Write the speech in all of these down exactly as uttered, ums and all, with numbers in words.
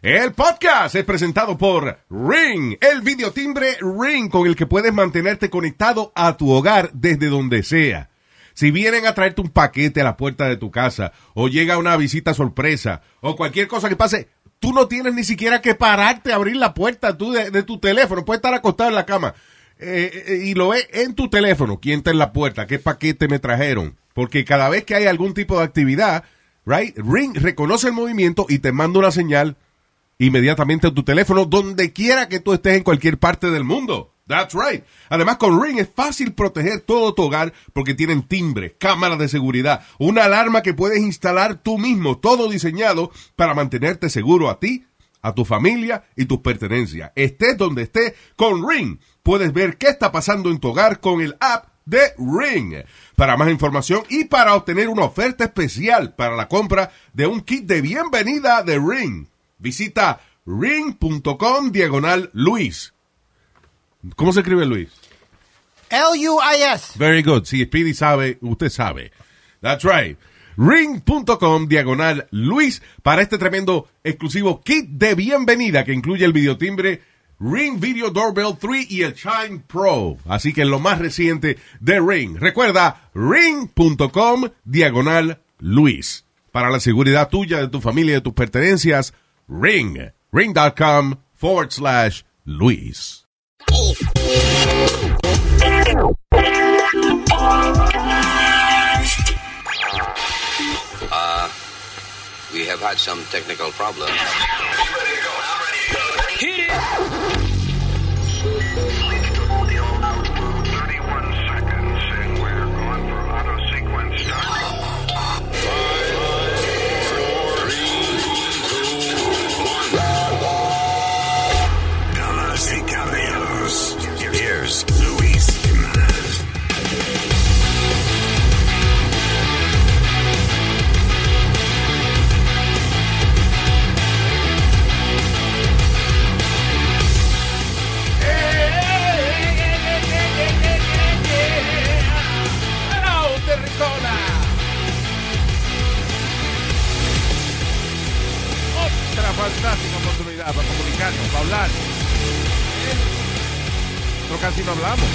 El podcast es presentado por Ring, el videotimbre Ring con el que puedes mantenerte conectado a tu hogar desde donde sea. Si vienen a traerte un paquete a la puerta de tu casa, o llega una visita sorpresa, o cualquier cosa que pase, tú no tienes ni siquiera que pararte a abrir la puerta tú de, de tu teléfono. Puedes estar acostado en la cama eh, eh, y lo ves en tu teléfono. ¿Quién está en la puerta? ¿Qué paquete me trajeron? Porque cada vez que hay algún tipo de actividad, right, Ring reconoce el movimiento y te manda una señal inmediatamente a tu teléfono, donde quiera que tú estés en cualquier parte del mundo. That's right. Además, con Ring es fácil proteger todo tu hogar porque tienen timbre, cámaras de seguridad, una alarma que puedes instalar tú mismo, todo diseñado para mantenerte seguro a ti, a tu familia y tus pertenencias. Estés donde estés, con Ring puedes ver qué está pasando en tu hogar con el app de Ring. Para más información y para obtener una oferta especial para la compra de un kit de bienvenida de Ring, visita ring.com diagonal Luis. ¿Cómo se escribe Luis? L U I S. Very good. Si Speedy sabe, usted sabe. That's right. ring.com diagonal Luis para este tremendo exclusivo kit de bienvenida que incluye el videotimbre Ring Video Doorbell tres y el Chime Pro. Así que lo más reciente de Ring. Recuerda, ring.com diagonal Luis. Para la seguridad tuya, de tu familia y de tus pertenencias, Ring. Ring.com forward slash Luis. Uh, we have had some technical problems. Hit it! thirty-one seconds, and we're going for auto sequence start. Five, four, three, two, one. Damas y caballeros, here's Luis Jimenez. Otra fantástica oportunidad para comunicarnos, para hablar. Nosotros casi no hablamos.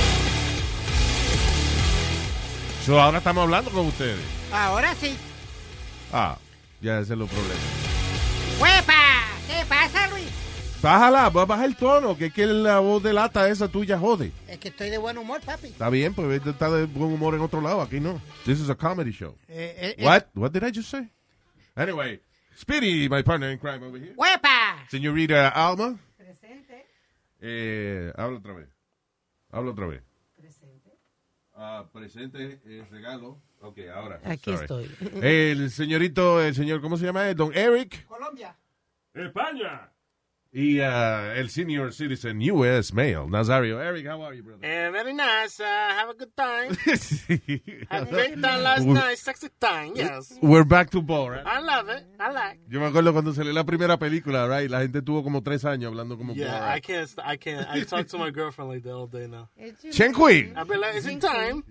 So, ahora estamos hablando con ustedes. Ahora sí. Ah, ya ese es el problema. ¡Huepa! ¿Qué pasa, Luis? Bájala, va a bajar el tono, que es que la voz de lata esa tuya jode. Es que estoy de buen humor, papi. Está bien, pues está de buen humor en otro lado, aquí no. This is a comedy show. Eh, eh, What? What did I just say? Anyway, Speedy, my partner in crime over here. ¡Huepa! Señorita Alma. Presente. Eh, habla otra vez. Habla otra vez. Presente. Ah, presente, eh, regalo. Ok, ahora. Aquí Sorry. estoy. El señorito, el señor, ¿cómo se llama? Don Eric. Colombia. España. Y uh, el senior citizen U S male, Nazario. Eric, how are you, brother? Uh, very nice. Uh, have a good time. Had a great time last night. Sexy time, yes. We're back to ball, right? I love it. I like. Yo me acuerdo cuando salió la primera película, right? La gente tuvo como tres años hablando como Yeah, Borat. I can't. st- I can't. I talk to my girlfriend like that all day now. Chen Kui. I'll be like, "Is it time?"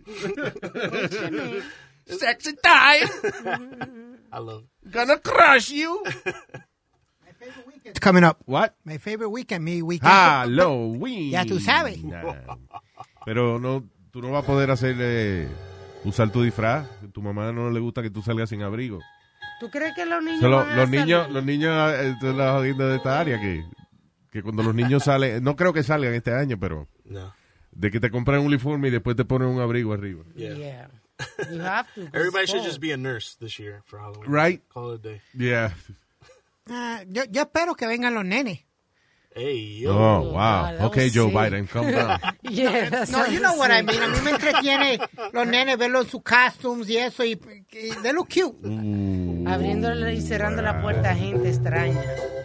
Sexy time. I love it. Gonna crush you. It's coming up. What? My favorite weekend, mi weekend. Halloween. Ya tú sabes. Nah. Pero no, tú no vas a poder hacer, eh, usar tu disfraz. Tu mamá no le gusta que tú salgas sin abrigo. ¿Tú crees que los niños Solo, van a los salir? niños, los niños, eh, esto es la jodienda de esta área, que, que cuando los niños salen, no creo que salgan este año, pero No. de que te compran un uniforme y después te ponen un abrigo arriba. Yeah. Yeah. You have to. Everybody should just be a nurse this year for Halloween. Right? Call it a day. Yeah. Ah, yo, yo espero que vengan los nenes. Hey, yo. Oh, wow. God, that Okay, was Joe sick. Biden, calm down. Yeah, that's No, you know what I mean. A mí me entretiene los nenes, verlos en sus costumes y eso. Y, y they look cute. Uh, Abriéndole y cerrando la puerta a gente extraña.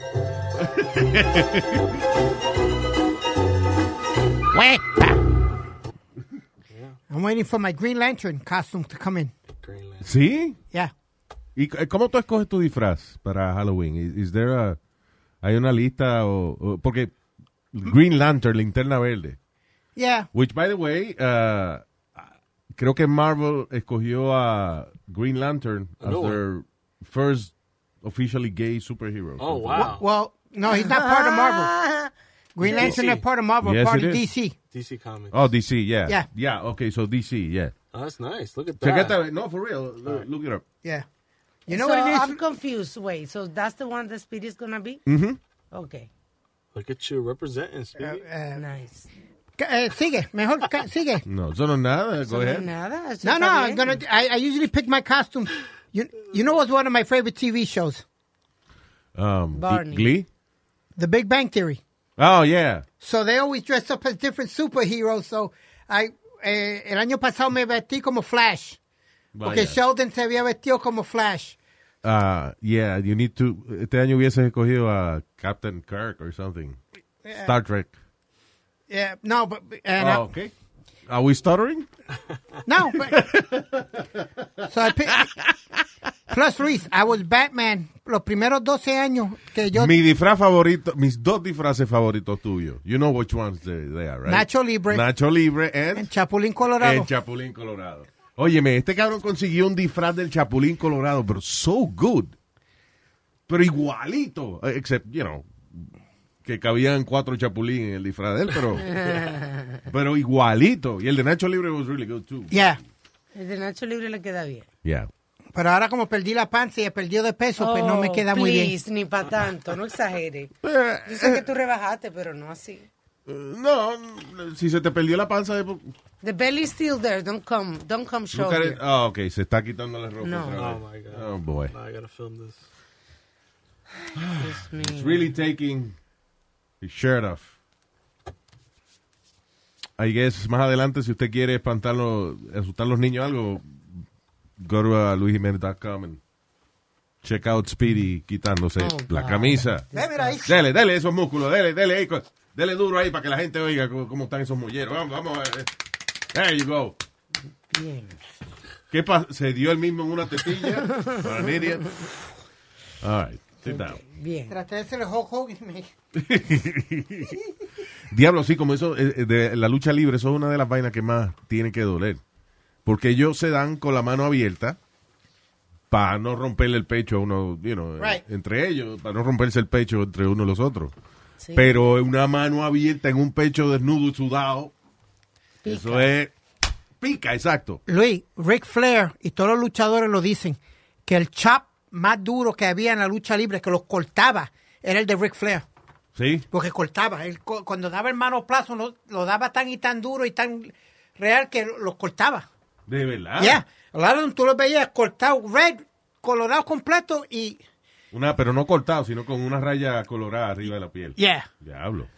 I'm waiting for my Green Lantern costume to come in. Greenland. ¿Sí? Yeah. ¿Y c- cómo tú escoges tu disfraz para Halloween? Is, is there a, ¿hay una lista? O, o- porque Green Lantern, linterna verde. Yeah. Which, by the way, uh, creo que Marvel escogió a Green Lantern as No. their first officially gay superhero. Oh, Something. wow. Well, no, he's not part of Marvel. Green Lantern D C. is part of Marvel, Yes, part it of is. D C. D C Comics. Oh, D C, yeah. Yeah. Yeah, okay, so D C, yeah. Oh, that's nice. Look at Check that. that. No, for real. Look, look it up. Yeah. You know so what it is? I'm confused. Wait, so that's the one that Speedy's gonna be? Mm-hmm. Okay, Look at you representing, Speedy. Uh, nice. eh, sigue, mejor, ca- sigue. No, eso no es nada. Go Eso no es ahead. nada. eso No, está no, I'm bien. gonna. I, I usually pick my costumes. You, you know what's one of my favorite T V shows? Um, Barney. Glee? The Big Bang Theory. Oh, yeah. So they always dress up as different superheroes. So I, eh, el año pasado me vestí como Flash. Porque Vaya. Sheldon se había vestido como Flash. Uh, yeah, you need to. Este año hubieses escogido a Captain Kirk or something. Star Trek. Yeah, no, but and I- Oh, okay. Are we stuttering? no. But, so I picked. Plus, Luis, I was Batman los primeros doce años que yo. Mi disfraz favorito, mis dos disfraces favoritos tuyos. You know which ones they, they are, right? Nacho Libre. Nacho Libre and En Chapulín Colorado. el Chapulín Colorado. Óyeme, este cabrón consiguió un disfraz del Chapulín Colorado, pero so good. Pero igualito. eh, Except, you know, que cabían cuatro chapulín en el disfraz de él, pero, pero igualito. Y el de Nacho Libre was really good, too. Yeah. El de Nacho Libre le queda bien. Yeah. Pero ahora como perdí la panza y he perdido de peso, pues no me Oh, queda muy bien. please, ni para tanto, no exagere. Yo sé que tú rebajaste, pero no así. Eh, no, si se te perdió la panza, eh, pues, The belly's still there. Don't come, don't come show look at it. here. Oh, ok, se está quitando la ropa. No. otra Oh, vez. my God. Oh, boy. Now I gotta film this. Dios mío. It's really taking his shirt off. I guess más adelante, si usted quiere espantarlo, asustar a los niños o algo, go to uh, luis jimenez dot com and check out Speedy quitándose Oh, la God. camisa. Ve, mira ahí. Dele, dele esos músculos, dele, dele ahí, co- dele duro ahí para que la gente oiga cómo, cómo están esos molleros. Vamos, vamos. eh, There you go. Bien. ¿Qué pasa? ¿Se dio el mismo en una tetilla? Para an idiot. All right, sit down. Bien. Traté de hacer el Hulk Hogan. me- Diablo, sí, como eso, eh, de la lucha libre, eso es una de las vainas que más tiene que doler. Porque ellos se dan con la mano abierta para no romperle el pecho a uno, you know, Right. entre ellos, para no romperse el pecho entre uno y los otros. Sí. Pero una mano abierta en un pecho desnudo y sudado, Pica. eso es... Pica, exacto. Luis, Ric Flair y todos los luchadores lo dicen, que el chop más duro que había en la lucha libre, que los cortaba, era el de Ric Flair. ¿Sí? Porque cortaba. Él, co- cuando daba el manoplazo, lo, lo daba tan y tan duro y tan real que los cortaba. De verdad. Yeah. A lot of them tú los veías cortado, red, colorado completo y... Una, pero no cortado, sino con una raya colorada arriba de la piel. Yeah. Diablo.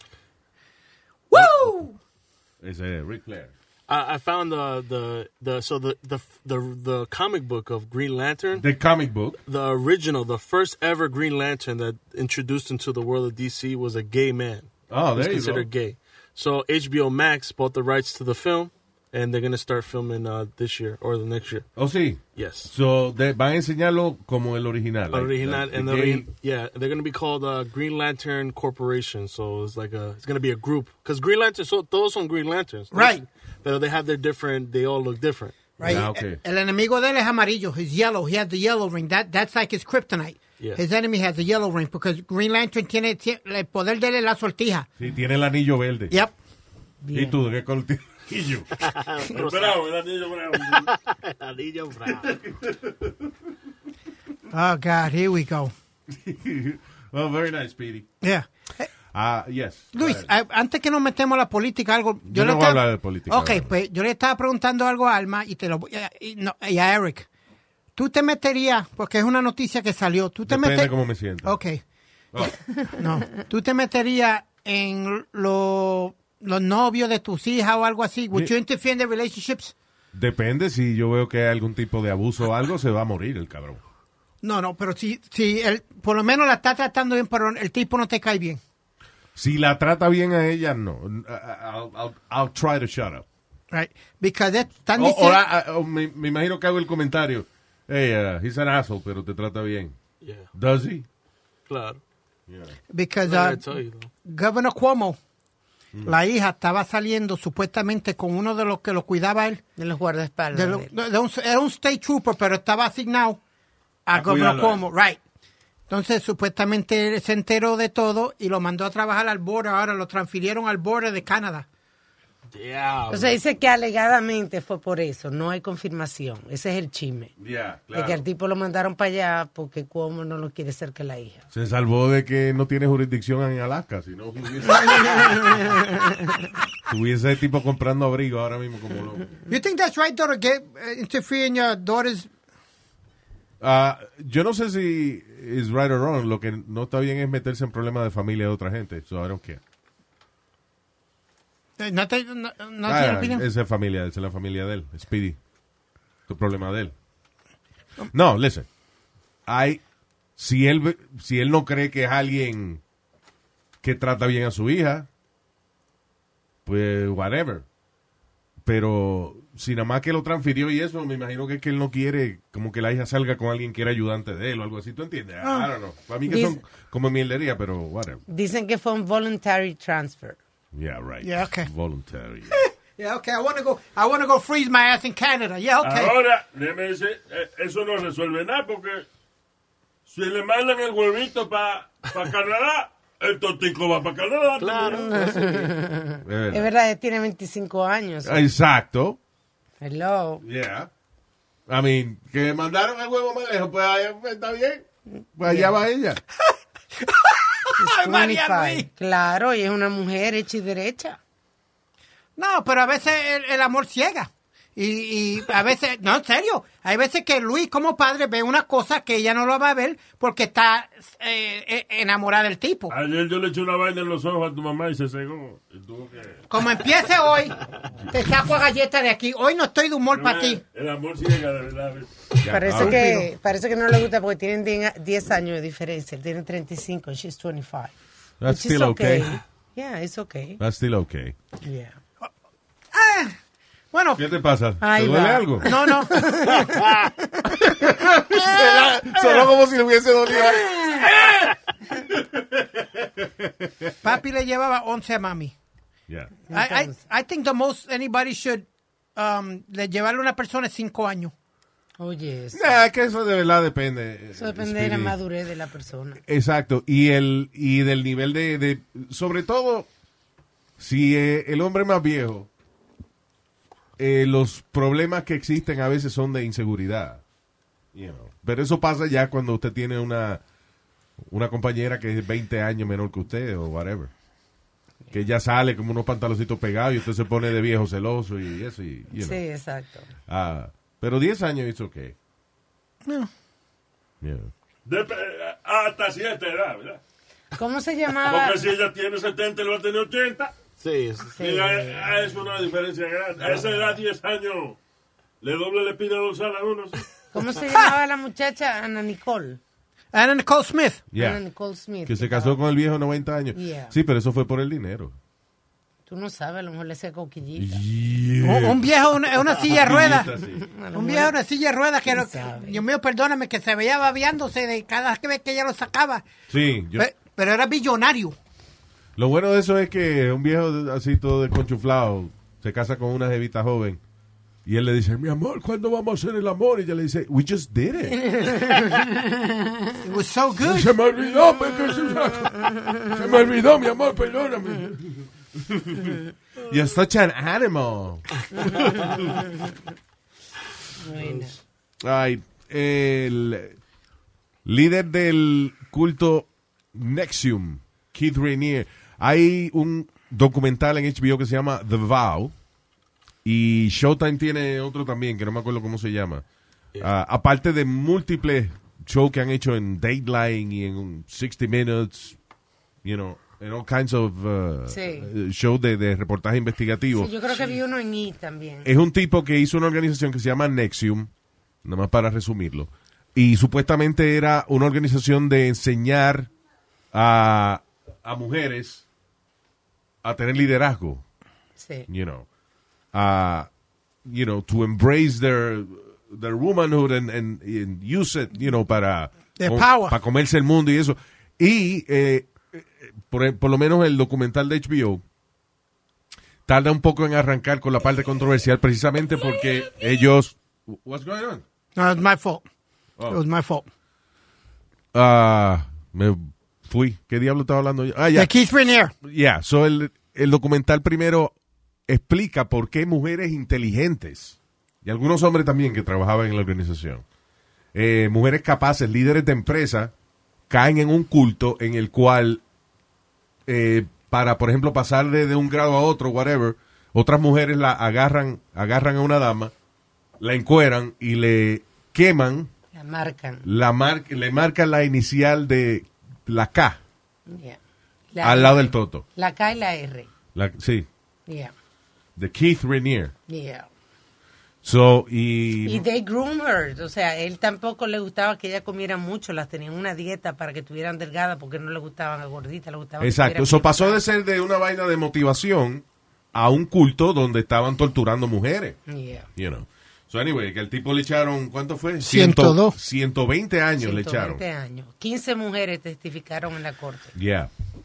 ¡Woo! Ese es Ric Flair. I, I found the the the so the the the the comic book of Green Lantern, The comic book. the original, the first ever Green Lantern that introduced into the world of D C was a gay man. Oh, He was there you go. considered gay. So H B O Max bought the rights to the film, and they're gonna start filming uh, this year or the next year. Oh, sí. Yes. So, de- van a enseñarlo como el original. like, Original, like and the the gay- origi- yeah, they're gonna be called uh, Green Lantern Corporation. So it's like a, it's gonna be a group because Green Lantern, so todos son Green Lanterns, Right. But they have their different. They all look different. Right. Ah, okay. El, el enemigo de él es amarillo. He's yellow. He has the yellow ring. That That's like his kryptonite. Yeah. His enemy has the yellow ring because Green Lantern tiene, tiene el poder de él es la sortija. Sí, tiene el anillo verde. Yep. ¿Y tú de qué color tienes el anillo? Bravo, el anillo bravo. El anillo bravo. Oh, God. Here we go. Oh, very nice, Speedy. Yeah. Eh, Ah, yes. Luis, Go ahead. eh, antes que nos metemos a la política, algo. Yo no le voy a estaba- hablar de política Ok, ahora. pues yo le estaba preguntando algo a Alma y, te lo, voy a- y, no, y a Eric. ¿Tú te meterías, porque es una noticia que salió, tú te Depende metes. cómo me siento. Ok. Oh, No. ¿Tú te meterías en lo- los novios de tus hijas o algo así? Would Sí. you interfere in the relationships? depende, si yo veo que hay algún tipo de abuso o algo, se va a morir el cabrón. No, no, pero si, si él, por lo menos la está tratando bien, pero el tipo no te cae bien. Si la trata bien a ella, no. I'll, I'll, I'll try to shut up. Right? Because they están O, diciendo... o la- o me, me imagino que hago el comentario. Hey, uh, he's an asshole, pero te trata bien. Yeah, Does he? claro. because I uh, tell you though. Governor Cuomo, Mm. la hija estaba saliendo supuestamente con uno de los que lo cuidaba él. De los guardaespaldas. De lo- de él. de un- era un state trooper, pero estaba asignado a, A Governor cuidarlo a él. Cuomo, right. Entonces, supuestamente él se enteró de todo y lo mandó a trabajar al border. Ahora lo transfirieron al border de Canadá. Yeah. O sea, dice que alegadamente fue por eso, no hay confirmación. Ese es el chisme. Yeah, De que al tipo lo mandaron para allá porque Cuomo no lo quiere ser que la hija. Se salvó de que no tiene jurisdicción en Alaska, si no hubiese... Tuviese tipo comprando abrigo ahora mismo como loco. You think that's right, daughter? Get uh, interfere in your daughter's... Ah, yo no sé si is right or wrong. Lo que no está bien es meterse en problemas de familia de otra gente. So I don't care. Eh, No, te, no, no Ah, tiene opinión. esa es familia, esa es la familia de él. Speedy. Tu problema de él. No, listen. Hay, si él, ve- si él no cree que es alguien que trata bien a su hija, pues whatever. Pero si nada más que lo transfirió y eso, me imagino que es que él no quiere como que la hija salga con alguien que era ayudante de él o algo así. ¿Tú entiendes? I don't know. Para mí que son Dice- como mierdería, pero whatever. Dicen que fue un voluntary transfer. Yeah, right. Yeah, okay. Voluntary. Yeah, okay. I want to go. I want to go freeze my ass in Canada. Yeah, okay. Ahora, déjeme decir, eh, eso no resuelve nada porque si le mandan el huevito para pa Canadá, el totico va para Canadá. Claro. Es Es verdad. verdad, él tiene veinticinco años. Exacto. Hello. Yeah. I mean, que mandaron el huevo más lejos, pues allá pues, está bien. Pues allá va ella. She's María veinticinco. Luis. Claro, y es una mujer hecha y derecha. No, pero a veces el, el amor ciega. Y, y a veces, no, en serio, hay veces que Luis como padre ve una cosa que ella no lo va a ver porque está eh, eh, enamorada del tipo. Ayer yo le eché una vaina en los ojos a tu mamá y se cegó. Y tuvo que... Como empiece hoy, te saco a galleta de aquí. Hoy no estoy de humor para ti. El amor ciega, de verdad. Ya, Parece ahora- que, parece que no le gusta porque tienen diez años de diferencia. Él tiene treinta y cinco, she's twenty-five. That's Which is still okay. Yeah, it's okay. That's still okay. Yeah. Bueno, ¿Qué te pasa? Ahí ¿Te duele va. algo? no, no. Sonó como si le hubiese dolido. Papi le llevaba once a mami. Yeah. I, I, I think the most anybody should um, le llevarle a una persona es cinco años. Oye, eso, Nah, es que eso de verdad depende. eso depende de la Speedy. madurez de la persona. Exacto. Y el y del nivel de, de sobre todo, si eh, el hombre más viejo, eh, los problemas que existen a veces son de inseguridad. You know. Pero eso pasa ya cuando usted tiene una, una compañera que es veinte años menor que usted o whatever. Que ya sale como unos pantaloncitos pegados y usted se pone de viejo celoso y eso. Y, you know. Sí, exacto. Ah, pero diez años es okay. No. Yeah. De- hasta cierta edad, ¿verdad? ¿Cómo se llamaba? Porque si ella tiene setenta, él va a tener ochenta. Sí, Sí. Y a- es una diferencia grande. A esa edad, diez años, le doble la espina dorsal a uno. ¿Sí? ¿Cómo se llamaba la muchacha? Ana Nicole. Anna Nicole Smith. Yeah. Ana Nicole Smith. Que se estaba- casó con el viejo noventa años. Yeah. Sí, pero eso fue por el dinero. Tú no sabes, a lo mejor le hacía coquillita. Un, un viejo en una, una silla de ruedas. Sí. Un viejo en una silla de ruedas que, ¿Quién lo- sabe? Dios mío, perdóname, que se veía babeándose de cada vez que ella lo sacaba. Sí, yo- Pe- pero era billonario. lo bueno de eso es que un viejo así todo desconchuflado se casa con una jevita joven y él le dice, mi amor, ¿cuándo vamos a hacer el amor? Y ella le dice, we just did it. It was so good. Se me olvidó, porque se, se me olvidó, mi amor, perdóname. You're such an animal. Bueno. Ay, el líder del culto Nexium, Keith Rainier. Hay un documental en H B O que se llama The Vow. Y Showtime tiene otro también, que no me acuerdo cómo se llama. Ah, aparte de múltiples shows que han hecho en Dateline y en sixty minutes, you know, en all kinds of uh, Sí. shows de, de reportaje investigativo. Sí, yo creo que vi uno en I también. Es un tipo que hizo una organización que se llama Nexium, nada más para resumirlo. Y supuestamente era una organización de enseñar a, a mujeres a tener liderazgo, Sí. you know, a, you know, to embrace their, their womanhood and, and, and use it, you know, para, Their com- power. para comerse el mundo y eso. Y, eh, eh, por, por lo menos el documental de H B O tarda un poco en arrancar con la parte controversial precisamente porque ellos... What's going on? No, it was my fault. Oh. It was my fault. ah, me fui. ¿Qué diablo estaba hablando yo? Ah, ya. De Keith Raniere. Yeah, so el, el documental primero explica por qué mujeres inteligentes y algunos hombres también que trabajaban en la organización, eh, mujeres capaces, líderes de empresa, caen en un culto en el cual eh, para, por ejemplo, pasar de, de un grado a otro, whatever, otras mujeres la agarran, agarran a una dama, la encueran y le queman, La marcan. la mar, le marcan la inicial de la K Yeah. La al lado R. del toto. La K y la R. La, sí, Yeah. de Keith Raniere. Yeah. So, y, Y they groom her. O sea, él tampoco le gustaba que ella comiera mucho. Las tenían una dieta para que estuvieran delgadas porque no le gustaban a gorditas. Le gustaba que exacto, estuvieran eso bien pasó de flacas. ser de una vaina de motivación a un culto donde estaban torturando mujeres. Yeah. You know. So anyway, que el tipo le echaron, ¿cuánto fue? ciento dos. ciento veinte años le echaron. ciento veinte años. quince mujeres testificaron en la corte. Yeah.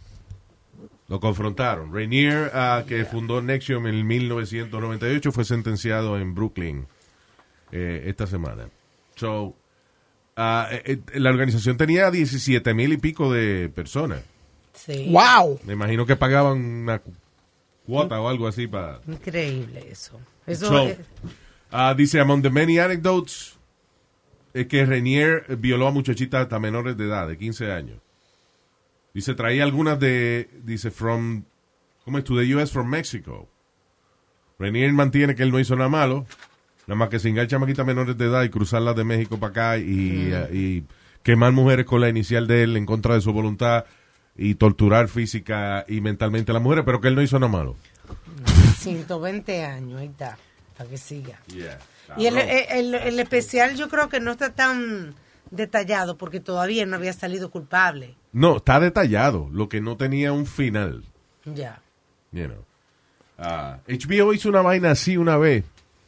Lo confrontaron. Rainier, uh, que fundó Nexium en mil novecientos noventa y ocho, fue sentenciado en Brooklyn eh, esta semana. So, uh, eh, eh, la organización tenía diecisiete mil y pico de personas. Sí. Wow. Me imagino que pagaban una cu- cuota o algo así para... Increíble eso. Eso So, es- uh, dice, among the many anecdotes, es que Rainier violó a muchachitas hasta menores de edad, de quince años. Dice, traía algunas de, dice, from, ¿cómo es? To the U S from Mexico. Rainier mantiene que él no hizo nada malo, nada más que se engancha chamaquitas menores de edad y cruzarlas de México para acá y, uh, y quemar mujeres con la inicial de él en contra de su voluntad y torturar física y mentalmente a las mujeres, pero que él no hizo nada malo. ciento veinte años, ahí está, para que siga. Yeah. Y el, el, el- el especial yo creo que no está tan detallado porque todavía no había salido culpable. No, está detallado, lo que no tenía un final. Ya. You know. Ah, H B O hizo una vaina así una vez.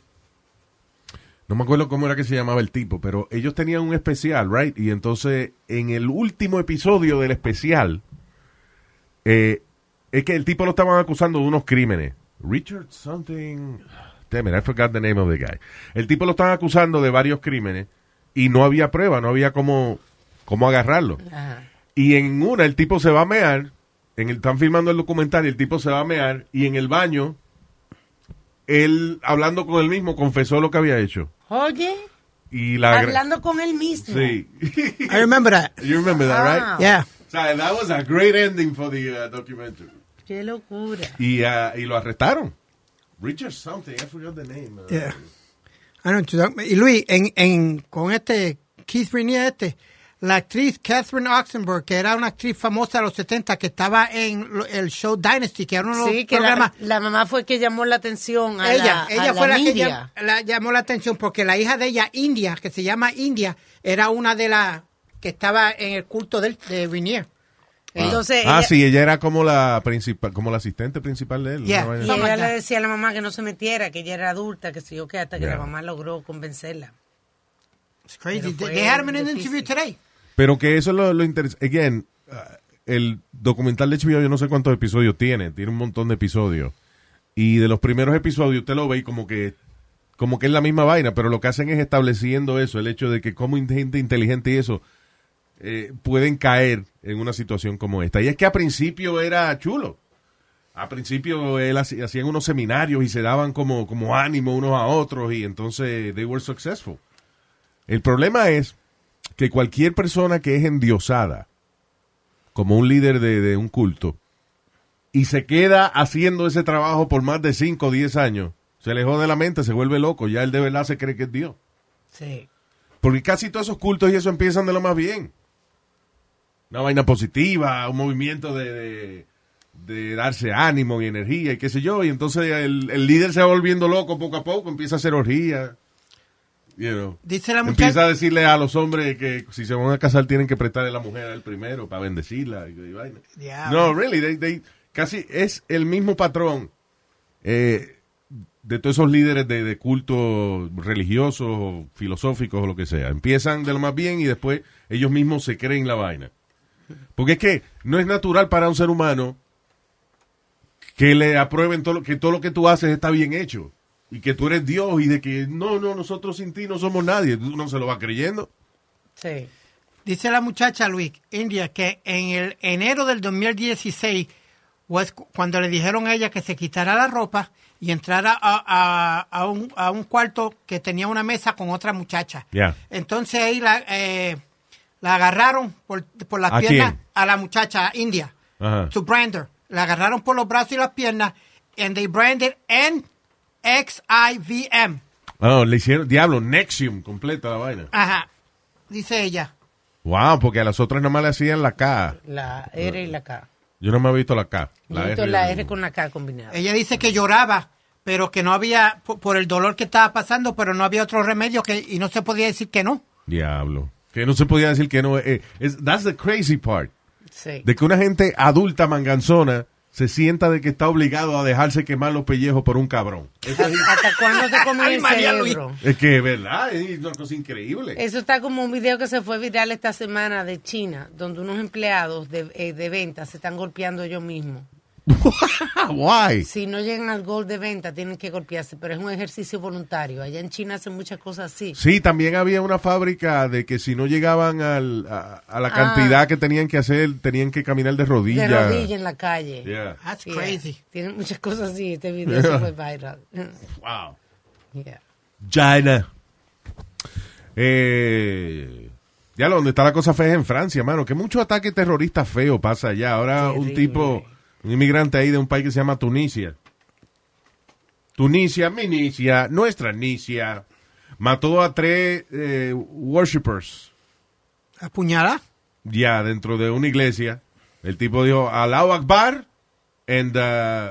No me acuerdo cómo era que se llamaba el tipo, pero ellos tenían un especial, right? Y entonces, en el último episodio del especial, eh, es que el tipo lo estaban acusando de unos crímenes. Richard something... Damn it, I forgot the name of the guy. El tipo lo estaban acusando de varios crímenes y no había prueba, no había cómo, cómo agarrarlo. Ajá. Y en una, el tipo se va a mear, en el, están filmando el documental y el tipo se va a mear, y en el baño, él, hablando con él mismo, confesó lo que había hecho. Oye, Y la hablando con él mismo. Sí. I remember that. You remember that, right? Ah. Yeah. So, that was a great ending for the uh, documentary. Qué locura. Y, uh, y lo arrestaron. Richard something, I forgot the name. Uh, Yeah. I know what you're talking about. Y Luis, en, en, con este Keith Raniere este, la actriz Catherine Oxenberg, que era una actriz famosa de los setenta, que estaba en lo- el show Dynasty, que era uno de los Sí, que la, programas... la mamá fue que llamó la atención a ella, la, a ella la fue la que media. llam- la llamó la atención porque la hija de ella, India, que se llama India, era una de las que estaba en el culto del, de Raniere. Entonces ah, ella, sí, ella era como la principal, como la asistente principal de él. Yeah. una vaina y así. ella like le that. decía a la mamá que no se metiera, que ella era adulta, que sé yo qué, hasta que Yeah. la mamá logró convencerla. It's crazy. Pero They, fue they had him in an difícil. interview today. Pero que eso es lo, lo interesante. Again, uh, el documental de H B O, yo no sé cuántos episodios tiene, tiene un montón de episodios. Y de los primeros episodios usted lo ve y como que, como que es la misma vaina, pero lo que hacen es estableciendo eso, el hecho de que como gente inteligente y eso eh, pueden caer en una situación como esta. Y es que a principio era chulo. A principio él hacía- hacían unos seminarios y se daban como, como ánimo unos a otros y entonces they were successful. El problema es que cualquier persona que es endiosada como un líder de, de un culto y se queda haciendo ese trabajo por más de cinco o diez años, se le jode la mente, se vuelve loco, ya él de verdad se cree que es Dios. Sí. Porque casi todos esos cultos y eso empiezan de lo más bien. Una vaina positiva, un movimiento de, de, de darse ánimo y energía y qué sé yo, y entonces el, el líder se va volviendo loco poco a poco, empieza a hacer orgías. You know. Dice la Empieza muchacha... a decirle a los hombres que si se van a casar tienen que prestarle la mujer a él primero para bendecirla. Y, y vaina. Diablo. No, really, they- they- casi es el mismo patrón eh, de todos esos líderes de, de culto religiosos o filosóficos o lo que sea. Empiezan de lo más bien y después ellos mismos se creen la vaina. Porque es que no es natural para un ser humano que le aprueben todo lo, que todo lo que tú haces está bien hecho. Y que tú eres Dios y de que no, no, nosotros sin ti no somos nadie. Tú no se lo vas creyendo. Sí. Dice la muchacha Luis, India, que en el enero del dos mil dieciséis, was cuando le dijeron a ella que se quitara la ropa y entrara a, a, a, un, a un cuarto que tenía una mesa con otra muchacha. Yeah. Entonces ahí la, eh, la agarraron por, por las ¿A piernas quién? a la muchacha India, Ajá. to brand her. La agarraron por los brazos y las piernas and they branded N X I V M. Oh, le hicieron, diablo, Nexium, completa la vaina. Ajá, dice ella. Wow, porque a las otras nomás le hacían la K. La R y la K. Yo no me he visto la K. La, La R, la no. R con la K combinada. Ella dice que lloraba, pero que no había, por, por el dolor que estaba pasando, pero no había otro remedio que, y no se podía decir que no. Diablo. Que no se podía decir que no. Eh, es, that's the crazy part. Sí. De que una gente adulta manganzona se sienta de que está obligado a dejarse quemar los pellejos por un cabrón. Eso es, ¿Hasta cuándo te comen Ay, el María cerebro? es que es verdad, es una cosa increíble. Eso está como un video que se fue viral esta semana de China, donde unos empleados de, eh, de venta se están golpeando ellos mismos. Why? Si no llegan al gol de venta, tienen que golpearse, pero es un ejercicio voluntario. Allá en China hacen muchas cosas así. Sí, también había una fábrica de que si no llegaban al, a, a la cantidad Ah. que tenían que hacer, tenían que caminar de rodillas. De rodilla en la calle. Yeah. That's Yeah. crazy. Tienen muchas cosas así. Este video se fue viral. Wow. Yeah. China. Eh, ya lo donde está la cosa fea es en Francia, mano. Que mucho ataque terrorista feo pasa allá. Ahora un Terrible. tipo, un inmigrante ahí de un país que se llama Tunisia. Tunisia, mi Nicia, nuestra Nicia, mató a tres eh, worshippers ¿Apuñala? ya dentro de una iglesia. El tipo dijo Allahu Akbar and uh,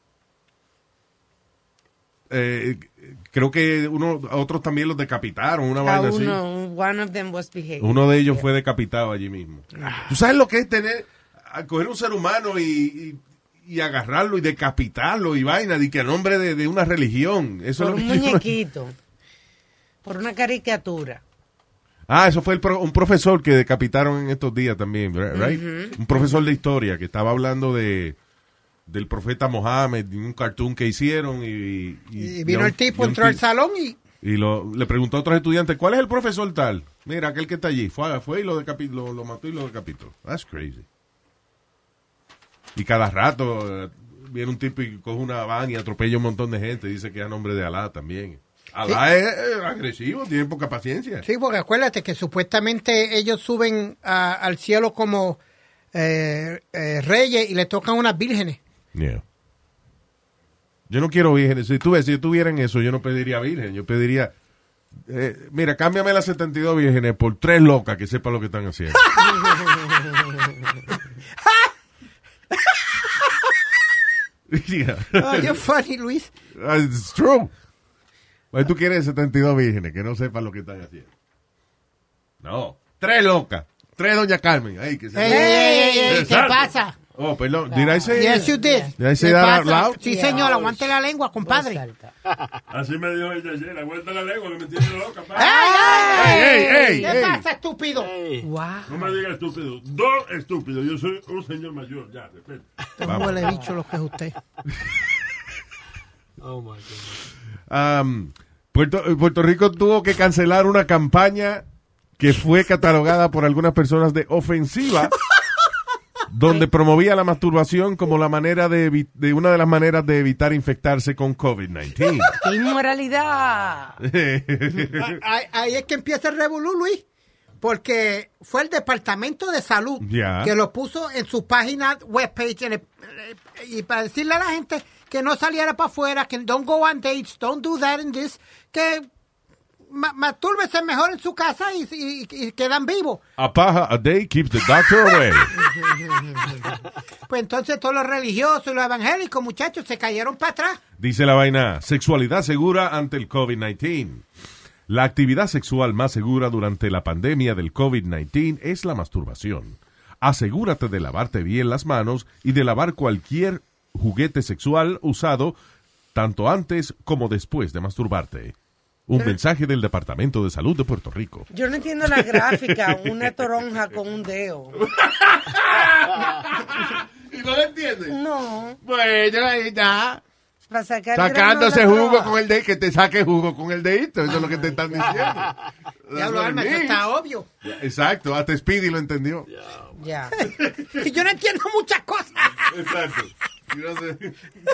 eh, creo que uno otros también los decapitaron, una A vaina así. uno, one of them was behaving. Uno de ellos fue decapitado allí mismo. ¿Tú sabes lo que es tener, a coger un ser humano y, y, y agarrarlo y decapitarlo y vaina, y que a nombre de, de una religión? Eso Por es un lo que yo no- muñequito. Por una caricatura. Ah, eso fue el pro- un profesor que decapitaron en estos días también, right? Un profesor de historia que estaba hablando de del profeta Mohammed, y un cartoon que hicieron y, y, Y vino y un- el tipo, y un entró al ti- salón y... Y lo, le preguntó a otros estudiantes, ¿cuál es el profesor tal? Mira, aquel que está allí. Fue, fue y lo, decapi- lo, lo mató y lo decapitó. That's crazy. Y cada rato eh, viene un tipo y coge una van y atropella un montón de gente. Dice que es a nombre de Alá también. Alá es, es agresivo, tiene poca paciencia. Sí, porque acuérdate que supuestamente ellos suben a- al cielo como eh, eh, reyes y le tocan unas vírgenes. Yeah. Yo no quiero vírgenes. Si, tú ves, si yo tuviera en eso, yo no pediría virgen. Yo pediría, eh, mira, cámbiame las setenta y dos vírgenes por tres locas que sepan lo que están haciendo. Yeah. Oh, you're funny, Luis. It's true. Pues tú quieres setenta y dos vírgenes que no sepan lo que están haciendo. No. Tres locas. Tres doña Carmen. Ahí, que se Ey, ey, ey, ey, ey, ¿qué Exacto. pasa? Oh, perdón. Did I say? Yes, you did. Did I say ¿Qué that pasa? out loud? Sí, Yeah. señor, aguante la lengua, Voz compadre. alta. Así me dijo ella ayer, aguanta la lengua que me tiene loca. pa. ¡Ey, ey, ey, ¿Qué ey. pasa, estúpido? Hey. Wow. No me digas estúpido. Dos estúpidos. Yo soy un señor mayor. Ya, repente. Un huele bicho lo que es usted. Oh my goodness. Um, Puerto, Puerto Rico tuvo que cancelar una campaña que fue catalogada por algunas personas de ofensiva, donde promovía la masturbación como la manera de, evi- de una de las maneras de evitar infectarse con COVID diecinueve. ¡Qué inmoralidad! Ahí, ahí es que empieza el revolú, Luis. Porque fue el Departamento de Salud Ya. que lo puso en su página webpage en el- eh, y para decirle a la gente que no saliera para afuera, que don't go on dates, don't do that and this, que ma mastúrbese mejor en su casa y, y- y quedan vivos. A paja a day keeps the doctor away. Pues entonces todos los religiosos y los evangélicos, muchachos, se cayeron para atrás. Dice la vaina, sexualidad segura ante el COVID diecinueve. La actividad sexual más segura durante la pandemia del COVID diecinueve es la masturbación. Asegúrate de lavarte bien las manos y de lavar cualquier juguete sexual usado tanto antes como después de masturbarte. Un mensaje del Departamento de Salud de Puerto Rico. Yo no entiendo la gráfica, una toronja con un dedo. ¿Y no lo entiendes? No. Bueno, ahí está. Para sacar Sacándose grano de la jugo trova. con el dedito, que te saque jugo con el dedito. Eso es lo que te están diciendo. Ya lo Alma, eso está obvio. Exacto, hasta Speedy lo entendió. Ya. Y yo no entiendo muchas cosas. Exacto. Y no sé.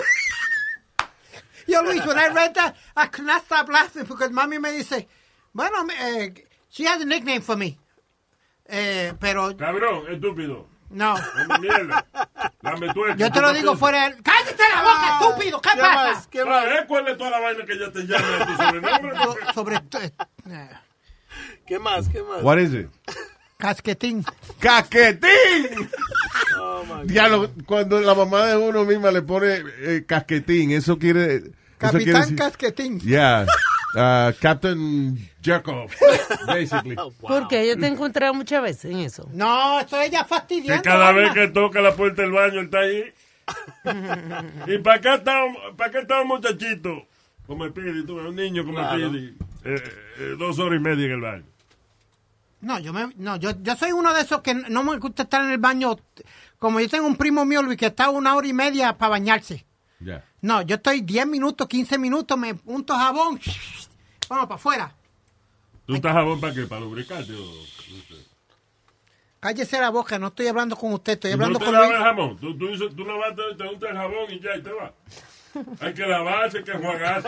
Yo, Luis, when I read that, I could not stop laughing because mami me dice, bueno, eh, she has a nickname for me. Eh, pero, Cabrón, estúpido. no. Come mierda. Dame tuerca. Yo te lo digo fuera de... ¡Cállate la boca, estúpido! ¿Qué, ¿Qué pasa? más? ¿Qué más? Ah, ¿eh? ¿Cuál es toda la vaina que ya te llama a tu sobrenombre? So- sobre... eh, ¿Qué más? ¿Qué más? What is it? casquetín. ¡Casquetín! Oh, my God. Diablo, cuando la mamá de uno misma le pone eh, casquetín, eso quiere... Eso quiere Capitán decir- Casquetín. Yeah. Uh, Captain Jerkoff, basically. Oh, wow. Porque yo te he encontrado muchas veces en eso. No, eso es ella Que fastidiando. cada vez Alma. que toca la puerta del baño, él está ahí. ¿Y para qué está, un- para qué está un muchachito? Como el Pidi, tú, un niño como Claro. el Pidi. Eh, eh, dos horas y media en el baño. No, yo, me, no yo, yo soy uno de esos que no me gusta estar en el baño. Como yo tengo un primo mío, Luis, que está una hora y media para bañarse. Yeah. No, yo estoy diez minutos, quince minutos, me unto jabón, vamos para afuera. ¿Tú estás jabón para qué? ¿Para lubricarte? O, Cállese la boca, no estoy hablando con usted, estoy no hablando te con lavas Luis. el jamón. Tú, tú, dices- tú lavaste, te untas el jabón y ya, y te vas. Hay que lavarse, hay que enjuagarse.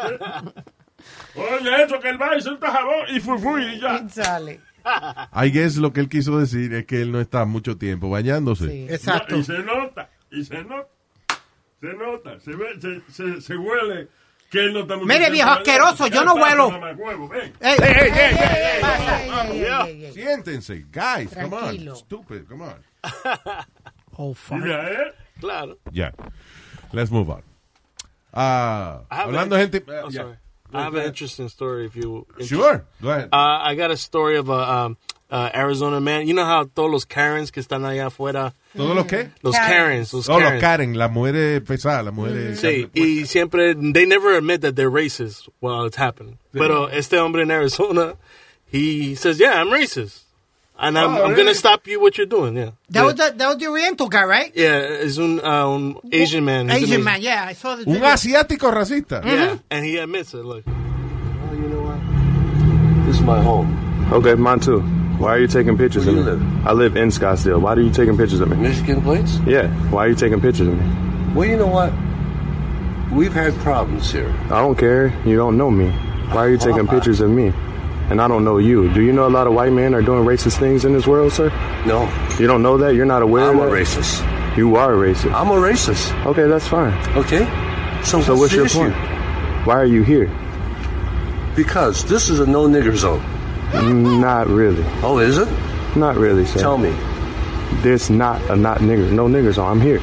Oye, eso que él va y se unta jabón y fui, fui y ya. Sale. I guess lo que él quiso decir es que él no está mucho tiempo bañándose. Sí. Exacto. No, y se nota, y se nota, se nota, se ve, se, se, se huele que él no está muy Mire, contento viejo bañándose. asqueroso, yo ¿Qué no pasa, huelo. mamahuevo? Ven. Ey, Hey, hey, hey, hey, Ey, ey, ey, ey, ey. Siéntense, guys, come on. Tranquilo. Stupid, come on. Oh, fuck. Dile a él. Claro. Yeah. Let's move on. Ah, I have hablando a- de gente... Oh, uh, yeah. sorry. I have an interesting story if you... Sure, go ahead. Uh, I got a story of a um, uh, Arizona man. You know how todos los Karens que están allá afuera, ¿Todo lo que? los Karens. Karens, los Oh, los Karens. Karen, las mujeres pesadas, las mujeres... Sí, y siempre, they never admit that they're racist while it's happening. Pero este hombre in Arizona, he says, yeah, I'm racist. And I'm, Oh, I'm really? going to stop you what you're doing, yeah. That was the, that was the Oriental guy, right? Yeah, es un, uh, un Asian man. He's Asian an man, yeah, I saw the Un video. asiático racista. Yeah, and he admits it, look. Oh, you know what? This is my home. Okay, mine too. Why are you taking pictures Where of do me? you live? I live in Scottsdale. Why are you taking pictures of me? Michigan plates? Yeah, why are you taking pictures of me? Well, you know what? We've had problems here. I don't care. You don't know me. Why are you taking pictures of me? And I don't know you. Do you know a lot of white men are doing racist things in this world, sir? No, You don't know that? You're not aware I'm a of that? racist. You are racist. I'm a racist. Okay, that's fine. Okay? So, So what's the your issue? point? Why are you here? Because this is a no nigger zone. Not really. Oh, is it? Not really, sir. Tell me. This not a not nigger. No niggers on. I'm here.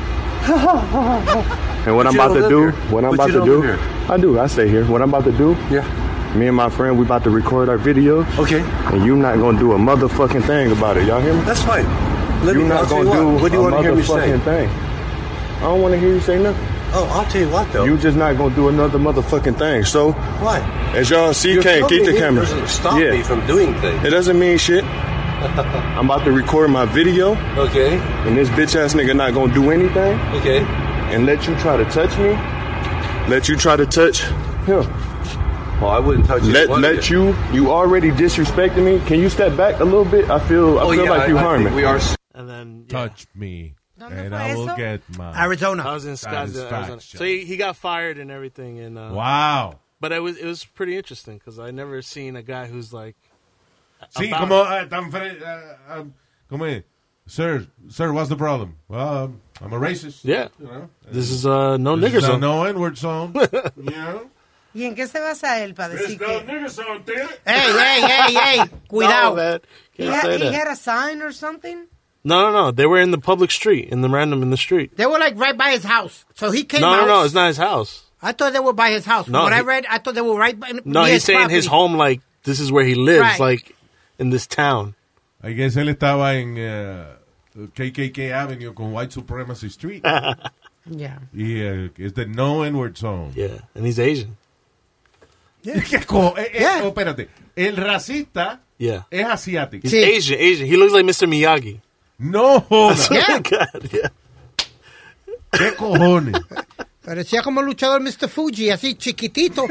And what But I'm you about don't to live do, here. what I'm But about you to don't do, live here. I do. I stay here. What I'm about to do, Yeah. me and my friend, we about to record our video, Okay. and you not gonna do a motherfucking thing about it. Y'all hear me? That's fine. Let You me, I'll not tell gonna you do what. What do you a want to hear me say? motherfucking thing. I don't want to hear you say nothing. Oh, I'll tell you what, though. You just not gonna do another motherfucking thing. So, Why? as y'all see, Your can't keep the company camera. doesn't stop Yeah. me from doing things. It doesn't mean shit. I'm about to record my video, Okay. and this bitch ass nigga not gonna do anything, Okay. and let you try to touch me. Let you try to touch him. Well, I wouldn't touch Let one let of you. You already disrespecting me. Can you step back a little bit? I feel. I Oh, feel yeah, like you I, I harming. think we are. And then, yeah. Touch me, ¿Dónde and fue I will eso? get my... Arizona. I was in Scottsdale, Arizona. Satisfaction. So he, he got fired and everything. And uh, Wow. But it was it was pretty interesting because I never seen a guy who's like. Sí, about como it. ah, tan fre... ah, ah, como es? Sir, sir, what's the problem? Well, um, I'm a racist. Yeah. You know? This is uh, no This nigger is a zone. no N-word zone. You know? ¿Y en qué se basa él para There's decir no que... nigger zone, tigre. Hey, hey, hey, hey, No, cuidado. man. He Can't had, say he that. had a sign or something? No, no, no. They were in the public street, in the random in the street. They were like right by his house. So he came No, out. no, no. It's not his house. I thought they were by his house. No, when I he- read, I thought they were right by No, near he's saying his property. home, like, this is where he lives, Right. like, in this town. I guess él estaba en uh, K K K Avenue con White Supremacy Street. Yeah. Y uh, es the no N-word zone. Yeah, and he's Asian. ¿Qué co- eh, eh, Yeah. oh, espérate. El racista Yeah. es asiático. He's Sí. Asian, Asian. He looks like Mister No Miyagi. joda. Yeah. God, yeah. ¿Qué cojones? Parecía como el luchador mister Fuji, así chiquitito.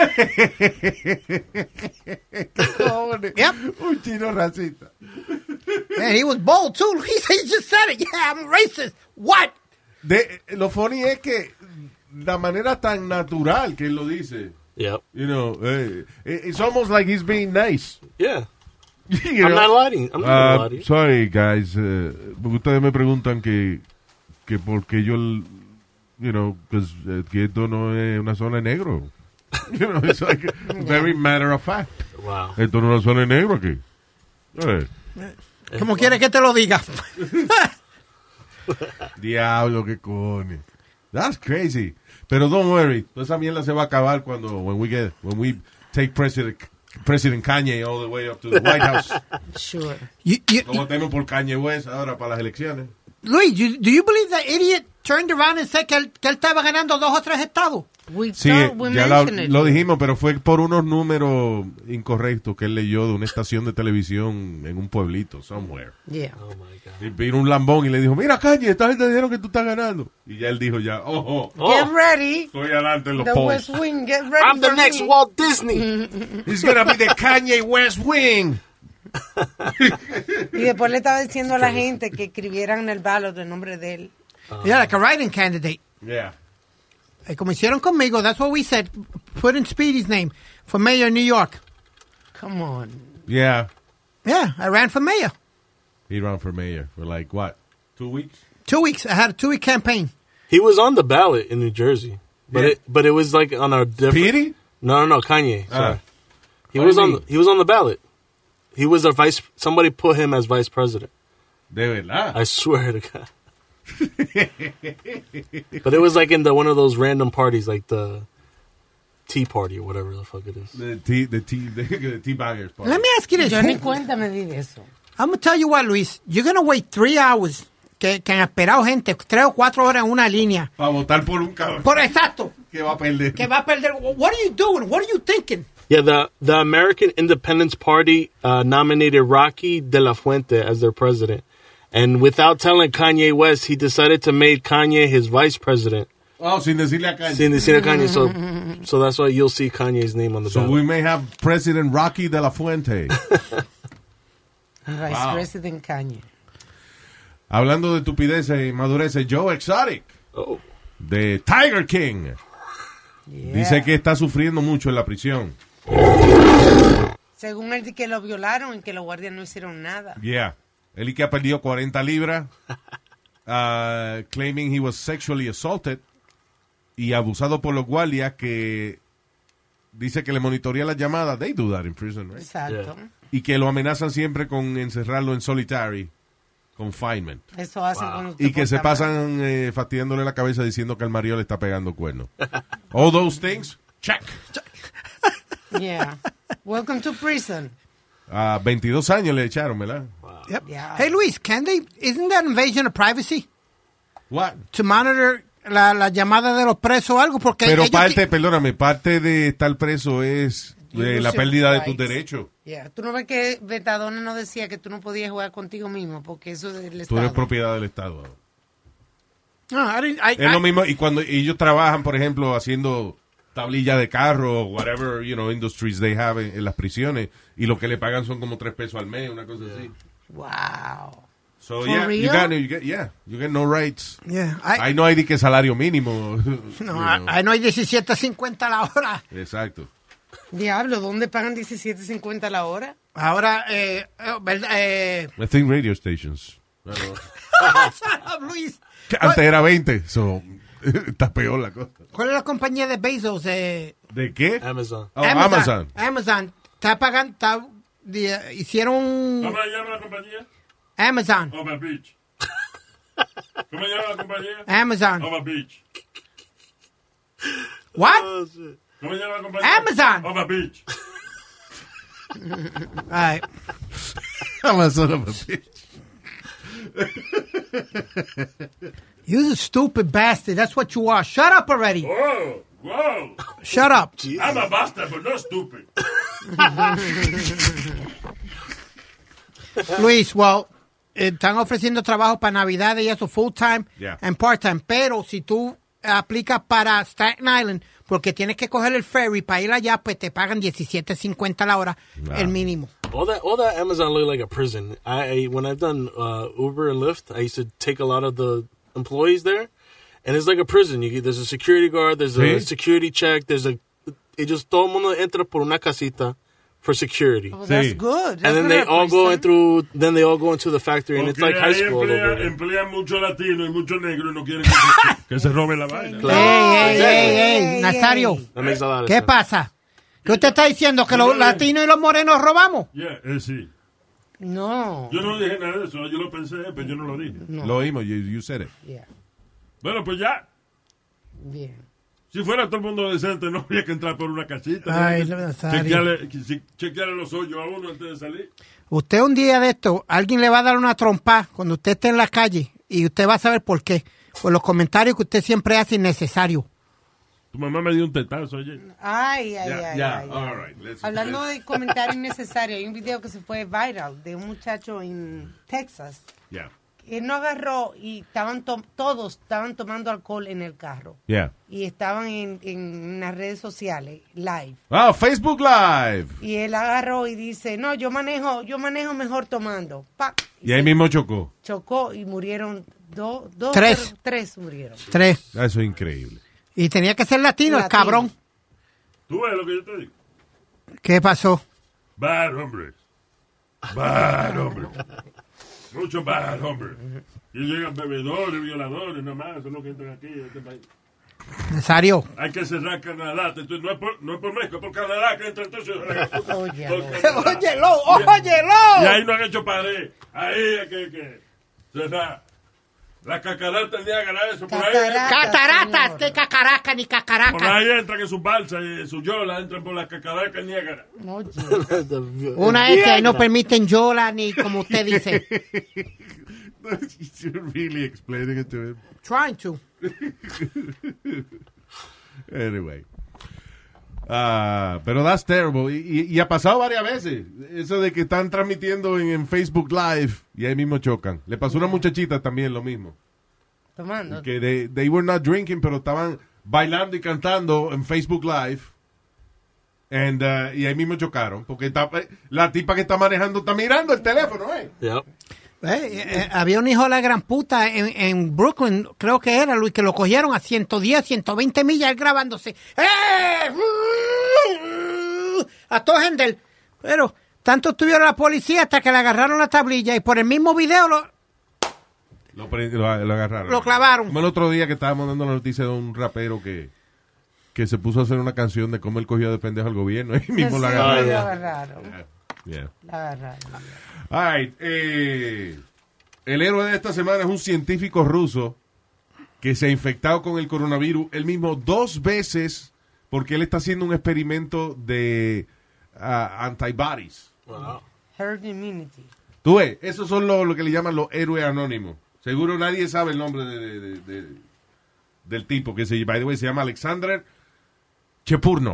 Yep. Un chino racista. And he was bold too. He, he just said it. Yeah, I'm racist. What? De, lo funny es que la manera tan natural que él lo dice. Yep. You know, eh, it's almost like he's being nice. Yeah. You I'm know? not lying. I'm not Uh, gonna lie to you. sorry, guys. Uh, porque ustedes me preguntan que, que porque yo, you know, pues, eh, que esto no es una zona de negro. You know, it's like very matter of fact. Wow. Esto no es una zona de negro aquí. Eh. ¿Cómo quiere que te lo diga? Diablo, qué coño. That's crazy. Pero don't worry, toda esa mierda se va a acabar cuando when we get when we take President President Kanye all the way up to the White House. Sure. You, you, Lo votemos por Kanye West ahora para las elecciones. Luis, you, do you believe that idiot turned around and said que él, que él estaba ganando dos o tres estados? We Sí, thought we ya lo, mentioned it. lo dijimos, pero fue por unos números incorrectos que él leyó de una estación de televisión en un pueblito, somewhere. Yeah. Oh my God. Y vino un lambón y le dijo, mira, Kanye, esta gente dijeron que tú estás ganando. Y ya él dijo ya, ojo, Get ready. estoy adelante en los The polls. West Wing. Get ready. I'm the for next me. Walt Disney. He's gonna be the Kanye West Wing. Y después le estaba diciendo a la gente que escribieran en el ballot el nombre de él. Yeah, like a writing candidate. Yeah. Eh, Como hicieron conmigo, that's what we said. Put in Speedy's name for mayor of New York. Come on. Yeah. Yeah, I ran for mayor. He ran for mayor for like, what, two weeks? Two weeks. I had a two-week campaign. He was on the ballot in New Jersey, but Yeah. it but it was like on a different. Petey? No, no, no, Kanye. Sorry. Ah. He What was do you on. mean? The, he was on the ballot. He was a vice. Somebody put him as vice president. De verdad. I swear to God. But it was like in the one of those random parties, like the Tea Party or whatever the fuck it is. The tea, the tea, the tea baggers part. Let me ask you this. Yo ni Who- cuenta me di de eso. I'm going to tell you what, Luis. You're going to wait three hours que, que han esperado gente, tres o cuatro horas en una línea. Para votar por un cabrón Por exacto. que va a perder. Que va a perder. What are you doing? What are you thinking? Yeah, the the American Independence Party uh, nominated Rocky De La Fuente as their president, and without telling Kanye West, he decided to make Kanye his vice president. Oh, sin decirle a Kanye. Sin decir a Kanye, so so that's why you'll see Kanye's name on the So ballot. we may have President Rocky de la Fuente. Vice Wow. President Kanye. Hablando de estupideces y madureces, Joe Exotic, Oh. de Tiger King, Yeah. dice que está sufriendo mucho en la prisión. Según él, que lo violaron y que los guardias no hicieron nada. Yeah. Él y que ha perdido cuarenta libras, uh, claiming he was sexually assaulted y abusado por los guardias que dice que le monitorea las llamadas. They do that in prison, right? Exacto. Y que lo amenazan siempre con encerrarlo en solitary confinement. Eso hacen cuando usted Y que se porta mal. pasan eh, fastidiándole la cabeza diciendo que el marido le está pegando cuernos. All those things, check. Yeah. Welcome to prison. A veintidós años le echaron, ¿verdad? Yep. Yeah. Hey, Luis, can they, isn't that invasion of privacy? What? To monitor la, la llamada de los presos o algo? Porque Pero ellos parte, qui- perdóname, parte de estar preso es eh, la Use your pérdida de tus rights. derechos. Yeah. Tú no ves que Betadona no decía que tú no podías jugar contigo mismo porque eso es del Tú Estado. eres propiedad del Estado. No, I didn't- I- Es lo I- mismo, y cuando ellos trabajan, por ejemplo, haciendo tablilla de carro, whatever, you know, industries they have en, en las prisiones, y lo que le pagan son como tres pesos al mes, una cosa así. Wow. So, For yeah, you real? got, you get, yeah, you get no rights. yeah, I- Ahí no hay de que salario mínimo. no, you I- know. I no hay diecisiete cincuenta la hora. Exacto. Diablo, ¿dónde pagan diecisiete cincuenta la hora? Ahora, eh, eh, verdad, eh, I think radio stations. No, no. shut up, Luis. Que antes era veinte, so, está peor la cosa. ¿Cuál es la compañía de Bezos? Eh, ¿De qué? Amazon. Oh, Amazon. Amazon. Está pagando, está, de- hicieron un- ¿Cómo se llama la compañía? Amazon. Over Beach. ¿Cómo se llama la compañía? Amazon. Over Beach. What? Oh, shit. ¿Cómo se llama la compañía? Amazon. Over Beach. All right. Amazon of a bitch. You're a stupid bastard. That's what you are. Shut up already. Whoa, whoa. Shut up. I'm a bastard, but not stupid. Luis, well, eh, están ofreciendo trabajo para Navidad y eso full time Yeah. and part time. Pero si tú aplica para Staten Island, porque tienes que coger el ferry para ir allá, pues te pagan diecisiete cincuenta la hora, Wow. el mínimo. All that, all that Amazon looked like a prison. I, I when I've done uh, Uber and Lyft, I used to take a lot of the employees there, and it's like a prison. You get, there's a security guard, there's a Sí. security check, there's a. Ellos todo el mundo entra por una casita for security, Well, that's Sí. good. That's and then not they a all go prison. in through. Then they all go into the factory, and it's Porque like high ahí school emplea- over there. emplean mucho latino y mucho negro y no quieren que se, que se roben la vaina. Claro. Ey, ey, Exactly. ey, ey, Ey, Nazario, ey. That makes a lot of ¿qué sense. pasa? ¿Qué usted está diciendo? ¿Que los latinos y los morenos robamos? Yeah, eh, sí. No. Yo no dije nada de eso, yo lo pensé, pero yo no lo dije. Lo oímos, you, you said it. Yeah. Bueno, pues ya. Bien. Si fuera todo el mundo decente, no habría que entrar por una casita. Ay, ¿no? Nazario. chequearle, che- chequearle los hoyos a uno antes de salir. Usted un día de esto, alguien le va a dar una trompa cuando usted esté en la calle y usted va a saber por qué. Por los comentarios que usted siempre hace innecesarios. Tu mamá me dio un tetazo ayer. Ay, ay, Ya, ay, ya, ay, all ay. right, let's- Hablando de comentarios innecesarios, hay un video que se fue viral de un muchacho en Texas. Yeah. Él no agarró y estaban to- todos estaban tomando alcohol en el carro. Yeah. Y estaban en, en las redes sociales, live. Ah, Facebook Live. Y él agarró y dice, no, yo manejo, yo manejo mejor tomando. Pa, Y ahí mismo chocó. chocó y murieron dos, dos, Tres. pero tres murieron. Tres. Ah, Eso es increíble. Y tenía que ser latino, el Latino. cabrón. ¿Tú ves lo que yo te digo? ¿Qué pasó? Bad hombres. Bad hombres. Muchos bad hombres. Y llegan bebedores, violadores, nada más. Eso es lo que entran aquí en este país. Nazario. Hay que cerrar Canadá. Entonces, no es por, no es por México, es por Canadá que entra entonces. Oye, Por no. Canadá. ¡Óyelo! Y ¡Óyelo! ahí no han hecho pared. Ahí hay que, que cerrar. La cacarata del Niágara, eso. Por ahí, Catarata. ¡Cataratas! señor. ¡Qué cacaraca ni por cacaraca! ahí entran en sus balsas y en sus yolas, entran por la cacarata del Niágara. Oye. The- Una es que ahí no permiten yola ni como usted dice. You're really explaining it to him. Trying to. Anyway. Ah, pero that's terrible. Y, y- y ha pasado varias veces. Eso de que están transmitiendo en, en Facebook Live y ahí mismo chocan. Le pasó a una muchachita también lo mismo. Tomando. Que they, they were not drinking, pero estaban bailando y cantando en Facebook Live. And, uh, y ahí mismo chocaron. Porque está- la tipa que está manejando está mirando el teléfono, ¿eh? Yep. Eh, eh, había un hijo de la gran puta en, en Brooklyn, creo que era Luis, que lo cogieron a ciento diez, ciento veinte millas él grabándose. ¡Eh! A todo Hendel. Pero tanto estuvieron la policía hasta que le agarraron la tablilla y por el mismo video lo, Lo, pre- lo- lo agarraron. Lo clavaron. Como el otro día que estábamos dando la noticia de un rapero que, que se puso a hacer una canción de cómo él cogió de pendejo al gobierno. Ahí mismo Sí, la lo agarraron. agarraron. Yeah. Lo agarraron. All right, eh, el héroe de esta semana es un científico ruso que se ha infectado con el coronavirus él mismo dos veces porque él está haciendo un experimento de uh, antibodies. Wow. Herd immunity. Tú ves, esos son lo, lo que le llaman los héroes anónimos. Seguro nadie sabe el nombre de, de- de- de- del tipo que se, by the way, se llama Alexander Chepurnov.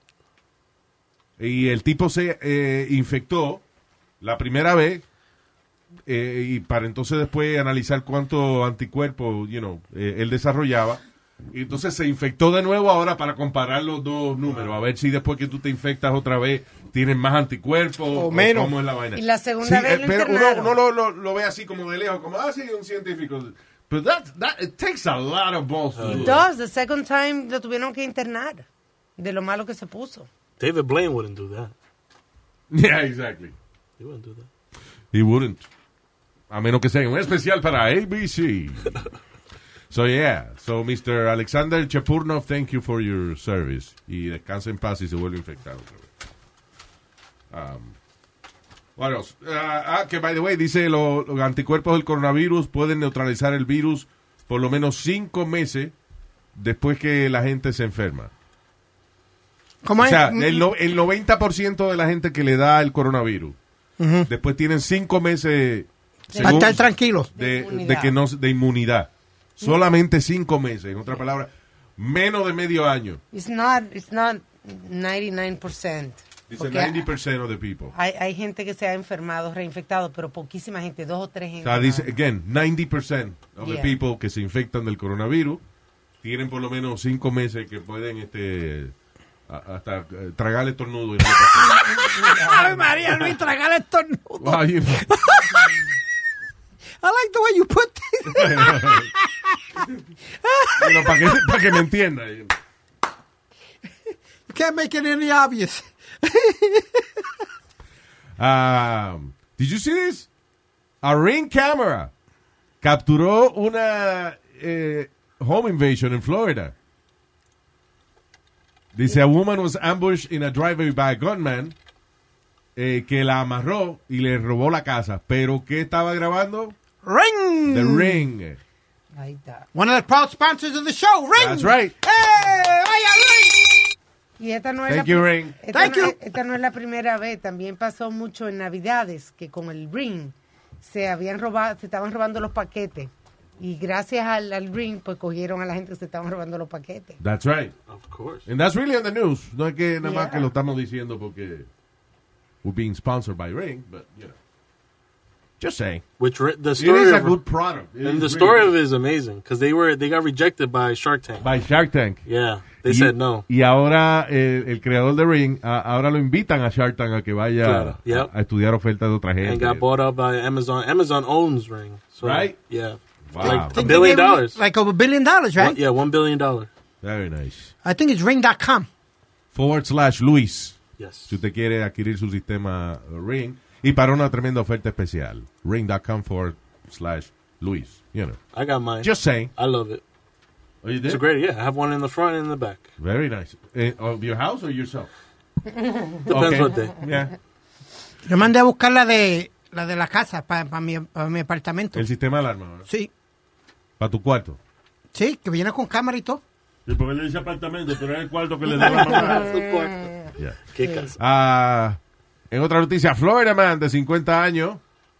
Y el tipo se eh, infectó la primera vez eh, y para entonces después analizar cuánto anticuerpos, you know, eh, él desarrollaba. Y entonces se infectó de nuevo ahora para comparar los dos números, a ver si después que tú te infectas otra vez tienes más anticuerpos o, menos. cómo es la vaina. Y la segunda vez lo pero uno, internaron. uno lo, lo, lo ve así como de lejos, como, ah, sí, un científico. Pero that, that, it takes a lot of balls to do that. Dos, the second time lo tuvieron que internar. De lo malo que se puso. David Blaine wouldn't do that. Yeah, exactly. He wouldn't do that. He wouldn't. A menos que sea un especial para A B C. So, yeah. So, mister Alexander Chepurnov, thank you for your service. Y descansa en paz y se vuelve infectado otra vez. Um, what else? Ah, ah, que, by the way, dice lo- los anticuerpos del coronavirus pueden neutralizar el virus por lo menos cinco meses después que la gente se enferma. ¿Cómo O es? sea, el, no- el noventa por ciento de la gente que le da el coronavirus, Ujú. después tienen cinco meses Para según- estar tranquilos. de, De de inmunidad. que no de inmunidad. Solamente cinco meses, en otra palabra, menos de medio año. It's not, it's not ninety-nine percent. Dice Porque ninety percent of the people. hay, hay gente que se ha enfermado, reinfectado, pero poquísima gente, dos o tres O gente. sea, dice, nada. again, ninety percent of Yeah. the people que se infectan del coronavirus tienen por lo menos cinco meses que pueden este a- hasta eh, tragar el estornudo. Y no le pasa Ay, María Luis, tragar el estornudo. nada. Ay, I like the way you put this. bueno, para que, para que me entienda. You can't make it any obvious. Um, did you see this? A Ring camera capturó una eh, home invasion en Florida. Dice, a woman was ambushed in a driveway by a gunman eh, que la amarró y le robó la casa. ¿Pero qué estaba grabando? Ring. The Ring. Ahí está. One of the proud sponsors of the show, Ring. That's right. Hey, vaya Ring. Y esta no es Thank la, you, Ring. Esta, Thank no, you. esta no es la primera vez, también pasó mucho en Navidades que con el Ring se habían robado, se estaban robando los paquetes y gracias al, al Ring pues cogieron a la gente que se estaban robando los paquetes. That's right. Of course. And that's really on the news. No es que nada más Yeah. que lo estamos diciendo porque we're being sponsored by Ring, but, you know. Just saying. Which re- the It story is a of, good product. It and is the really story good. of it is amazing because they were they got rejected by Shark Tank. By Shark Tank. Yeah, they y, said no. Y ahora eh, el creador de Ring, a- ahora lo invitan a Shark Tank a que vaya Claro, a, yep. a estudiar ofertas de otra gente. And got bought up by Amazon. Amazon owns Ring, so, Right? Yeah, Wow. like I a think billion they gave him dollars. Like over a billion dollars, right? One- yeah, one billion dollars. Very nice. I think it's ring dot com. Forward slash Luis. Yes. Si usted quiere adquirir su sistema Ring. Y para una tremenda oferta especial. Ring dot com forward slash Luis. You know. I got mine. Just saying. I love it. Oh, you It's did? great. Yeah, I have one in the front and in the back. Very nice. Eh, of your house or yourself? Depends Okay. what day. Yeah. Yo mandé a buscar la de la de la casa para mi, pa mi apartamento. El sistema de alarma, ¿verdad? Sí, Para tu cuarto. sí, que viene con cámara y todo. Sí, porque le dice apartamento, pero es el cuarto que le da la mamá. Su cuarto. Yeah. Qué casa. Ah, en otra noticia, Florida Man de cincuenta años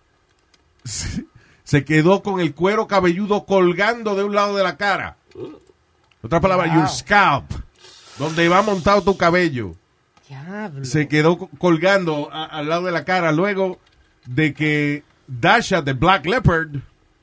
se- se quedó con el cuero cabelludo colgando de un lado de la cara. Otra palabra, your scalp, donde va montado tu cabello. Diablo. Se quedó co- colgando a- al lado de la cara luego de que Dasha de Black Leopard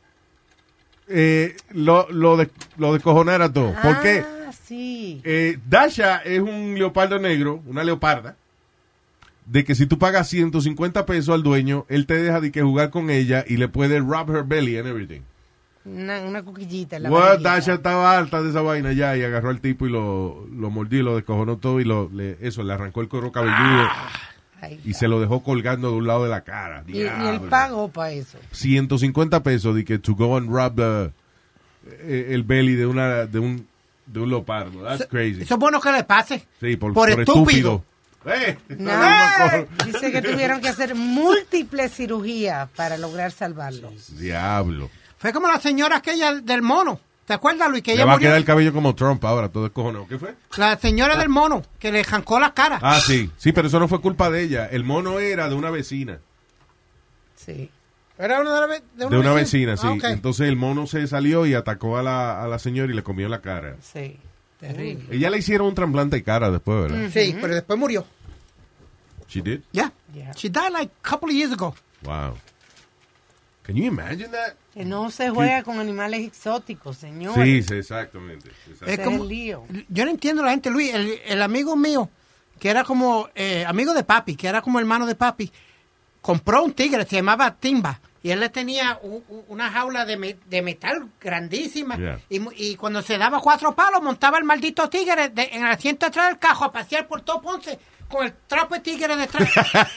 eh, lo, lo, de- lo descojonara todo. ¿Por qué? Ah, sí. Eh, Dasha es un leopardo negro, una leoparda, de que si tú pagas ciento cincuenta pesos al dueño, él te deja de que jugar con ella y le puede rub her belly and everything. Una, una cuquillita en la Well, barriguita. Dasha estaba harta de esa vaina ya y agarró al tipo y lo, lo mordió y lo descojonó todo y lo, le, eso, le arrancó el cuero cabelludo Ahí y está. se lo dejó colgando de un lado de la cara. Y, y él Diablo. pagó para eso. ciento cincuenta pesos de que to go and rub the- eh, el belly de una de un de un leopardo. That's crazy. Eso es bueno que le pase. Sí, por, por por estúpido. estúpido. Eh, No, no, dice que tuvieron que hacer múltiples cirugías para lograr salvarlo. Diablo. Fue como la señora aquella del mono. ¿Te acuerdas, Luis? Que Le ella va a murió. quedar el cabello como Trump ahora, todo escojonado. ¿Qué fue? La señora del mono, que le jancó la cara. Ah, sí. Sí, pero eso no fue culpa de ella. El mono era de una vecina. Sí. ¿Era una de, la ve- de una, De una vecina, sí. Ah, ok. Entonces el mono se salió y atacó a la, a la señora y le comió la cara. Sí. Terrible. Ella le hicieron un trasplante de cara después, ¿verdad? Sí, pero después murió. She did? Yeah. Yeah. She died like a couple of years ago. Wow. Can you imagine that? Que no se juega con animales exóticos, señor. Sí, sí, exactamente. exactamente. Es Ese como- es el lío. Yo no entiendo la gente, Luis. El, el amigo mío, que era como eh, amigo de papi, que era como hermano de papi, compró un tigre, se llamaba Timba. Y él le tenía u- u- una jaula de, me- de metal grandísima. Yeah. Y, mu- y cuando se daba cuatro palos, montaba el maldito tigre de- en el asiento atrás del carro a pasear por todo Ponce con el trapo de tigre detrás.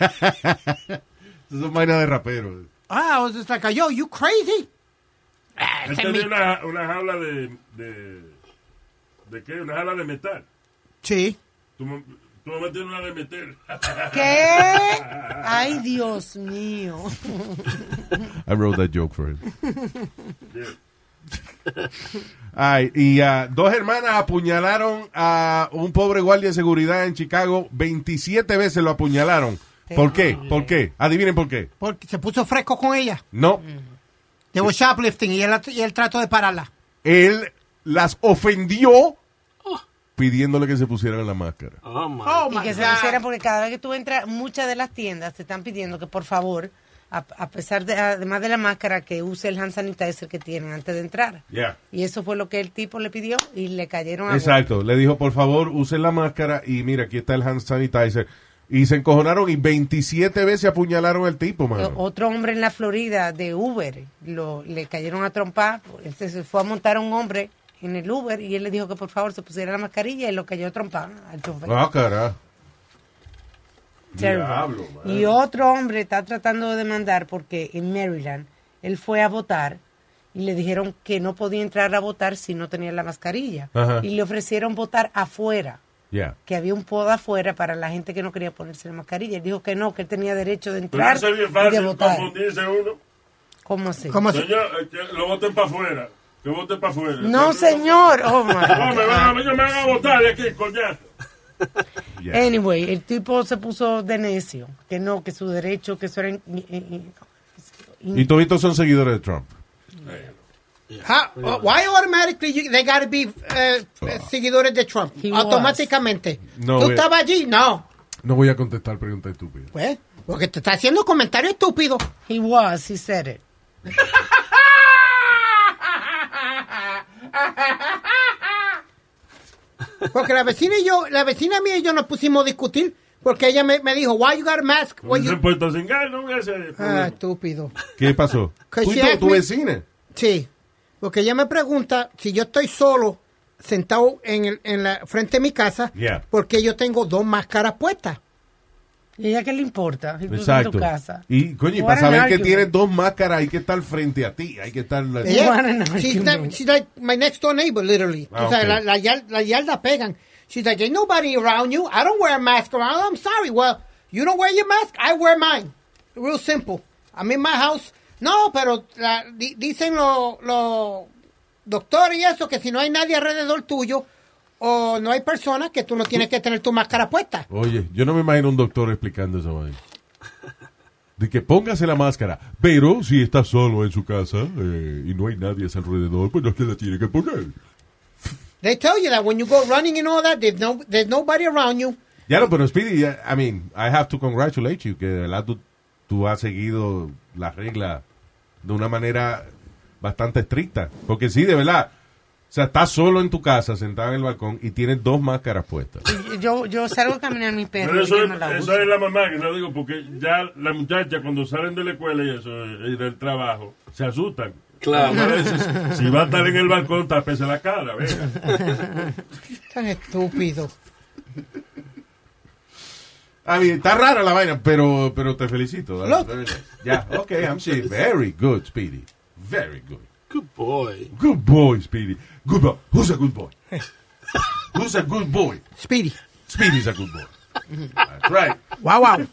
Eso son vainas de rapero. Ah, I was just like, yo, you crazy? Ah, Él ese es tenía mi- una, una jaula de, de... ¿De qué? Una jaula de metal. Sí. Tú, me- tú me tienes una de meter. ¿Qué? Ay, Dios mío. I wrote that joke for him. Ay, y ah, dos hermanas apuñalaron a un pobre guardia de seguridad en Chicago. veintisiete veces lo apuñalaron. ¿Por qué? ¿Por qué? Adivinen por qué. Porque se puso fresco con ella. No, They were shoplifting y él, y él trató de pararla. él las ofendió pidiéndole que se pusieran la máscara. Oh my. Oh, Y my que se God. pusiera, porque cada vez que tú entras, muchas de las tiendas te están pidiendo que por favor a, a pesar de, además de la máscara, que use el hand sanitizer que tienen antes de entrar. Yeah. Y eso fue lo que el tipo le pidió y le cayeron a Exacto, le dijo, por favor, usen la máscara y mira, aquí está el hand sanitizer. Y se encojonaron y veintisiete veces apuñalaron al tipo, mano. Otro hombre en la Florida de Uber, lo, le cayeron a trompar, él se, se fue a montar a un hombre en el Uber y él le dijo que por favor se pusiera la mascarilla y lo cayó a trompar al chofer. Ah, carajo. Terrible. Diablo, man. Y otro hombre está tratando de demandar porque en Maryland él fue a votar y le dijeron que no podía entrar a votar si no tenía la mascarilla. Ajá. Y le ofrecieron votar afuera. Yeah. Que había un podo afuera para la gente que no quería ponerse la mascarilla. Él dijo que no, que él tenía derecho de Pero entrar eso es bien y de fácil votar. confundirse uno. ¿Cómo así? ¿Cómo así? Señor, eh, que lo voten para afuera. Que voten para afuera. No, señor. Oh, my No, me van, a, God. ellos me van a votar de aquí, coñazo. Yeah. Anyway, el tipo se puso de necio. Que no, que su derecho, que eso era... in- in- in- Y toditos son seguidores de Trump. How, uh, why automatically you, they gotta be uh, seguidores de Trump? He was. Automáticamente. No, ¿Tú eh. estabas allí? No. No voy a contestar preguntas estúpidas. Pues, porque te está haciendo comentarios estúpidos. He was, he said it. Porque la vecina y yo, la vecina mía y yo nos pusimos a discutir porque ella me, me dijo, why you got a mask? Why Se you... han puesto a cingar, ¿no? Ese Ah, problema. estúpido. ¿Qué pasó? Que ¿Tú y si tu, es tu mi- vecina? Sí, porque ella me pregunta si yo estoy solo sentado en el en la frente de mi casa, Yeah. porque yo tengo dos máscaras puestas. ¿Y a ella qué le importa? Si tú estás en Exacto. tu casa. Y, coño, y What para an saber que argument. tienes dos máscaras hay que estar frente a ti. Hay que estar... Ella- What an she's, argument. not- she's like my next door neighbor, literally. Ah, o sea, okay. la, la, yar- la yarda pegan. She's like, ain't nobody around you. I don't wear a mask around. I'm sorry. Well, you don't wear your mask. I wear mine. Real simple. I'm in my house. No, pero la- di- dicen los los doctores y eso que si no hay nadie alrededor tuyo o no hay personas, que tú no tienes que tener tu máscara puesta. Oye, yo no me imagino un doctor explicando eso ahí. De que póngase la máscara, pero si está solo en su casa eh, y no hay nadie a su alrededor, pues no se la tiene que poner. They tell you that when you go running and all that, there's, no, there's nobody around you. Ya no, pero Speedy, I mean, I have to congratulate you, que de verdad tú, tú has seguido la regla de una manera bastante estricta. Porque sí, de verdad, o sea, estás solo en tu casa, sentado en el balcón, y tienes dos máscaras puestas. Y Yo, yo salgo a caminar mi perro Pero y eso, yo es, no la eso uso. es la mamá que lo digo, porque ya la muchacha cuando salen de la escuela y eso, y del trabajo, se asustan. Claro. A veces, si va a estar en el balcón, tápese la cara, venga. Tan estúpido. A mí, está rara la vaina, pero, pero te felicito. Look. Ya, ok, I'm saying very good, Speedy. Very good. Good boy. Good boy, Speedy. Good boy. Who's a good boy? Who's a good boy? Speedy. Speedy's a good boy. That's right. Wow, wow.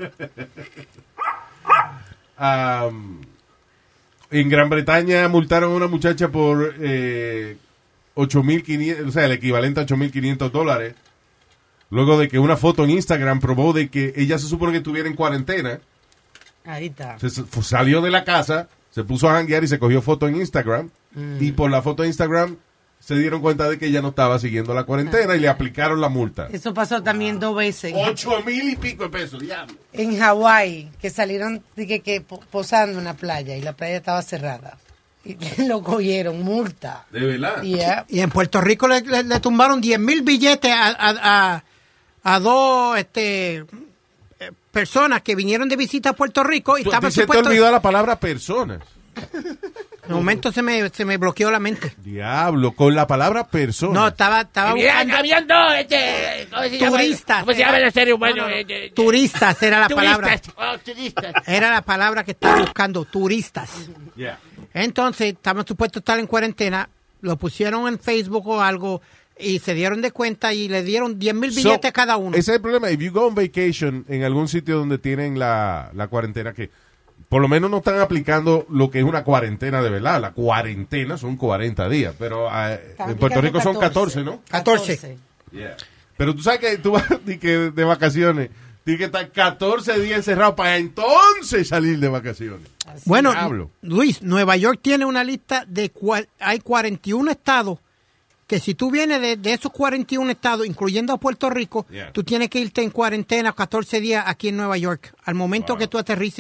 Um, en Gran Bretaña multaron a una muchacha por eh, ocho mil quinientos, o sea, el equivalente a ocho mil quinientos dólares, luego de que una foto en Instagram probó de que ella se supone que estuviera en cuarentena. Ahí está. Se, se- salió de la casa, se puso a janguear y se cogió foto en Instagram. Y por la foto de Instagram se dieron cuenta de que ella no estaba siguiendo la cuarentena y le aplicaron la multa. Eso pasó también dos veces. Ocho mil y pico de pesos, diablo. En Hawái, que salieron de que, que po- posando en la playa y la playa estaba cerrada. Y lo cogieron, multa. De verdad. Yeah. Y en Puerto Rico le, le- le tumbaron diez mil billetes a, a, a, a dos este, eh, personas que vinieron de visita a Puerto Rico y Tú- a estaban ti se te supuestos... olvidó la palabra personas. En un momento se me, se me bloqueó la mente. Diablo, con la palabra persona. No, estaba, estaba buscando... Habían dos, este, ¿cómo se llama? Turistas. ¿Cómo se llama el ser humano? No, no, Eh, eh, Turistas era la palabra. Turistas. Oh, turistas. Era la palabra que estaba buscando, turistas. Yeah. Entonces, estaban supuestos a estar en cuarentena, lo pusieron en Facebook o algo y se dieron de cuenta y le dieron diez mil billetes So, cada uno. Ese es el problema. If you go on vacation en algún sitio donde tienen la, la cuarentena, que por lo menos no están aplicando lo que es una cuarentena de verdad. La cuarentena son cuarenta días, pero eh, Están en Puerto Rico son aplicando catorce, ¿no? catorce. Pero tú sabes que tú vas di que de vacaciones, tienes que estar catorce días encerrado para entonces salir de vacaciones. Bueno, Diablo. Luis, Nueva York tiene una lista de cual, hay cuarenta y uno estados que si tú vienes de, de esos cuarenta y uno estados, incluyendo a Puerto Rico, Yeah. tú tienes que irte en cuarentena catorce días aquí en Nueva York, al momento Wow. que tú aterrices.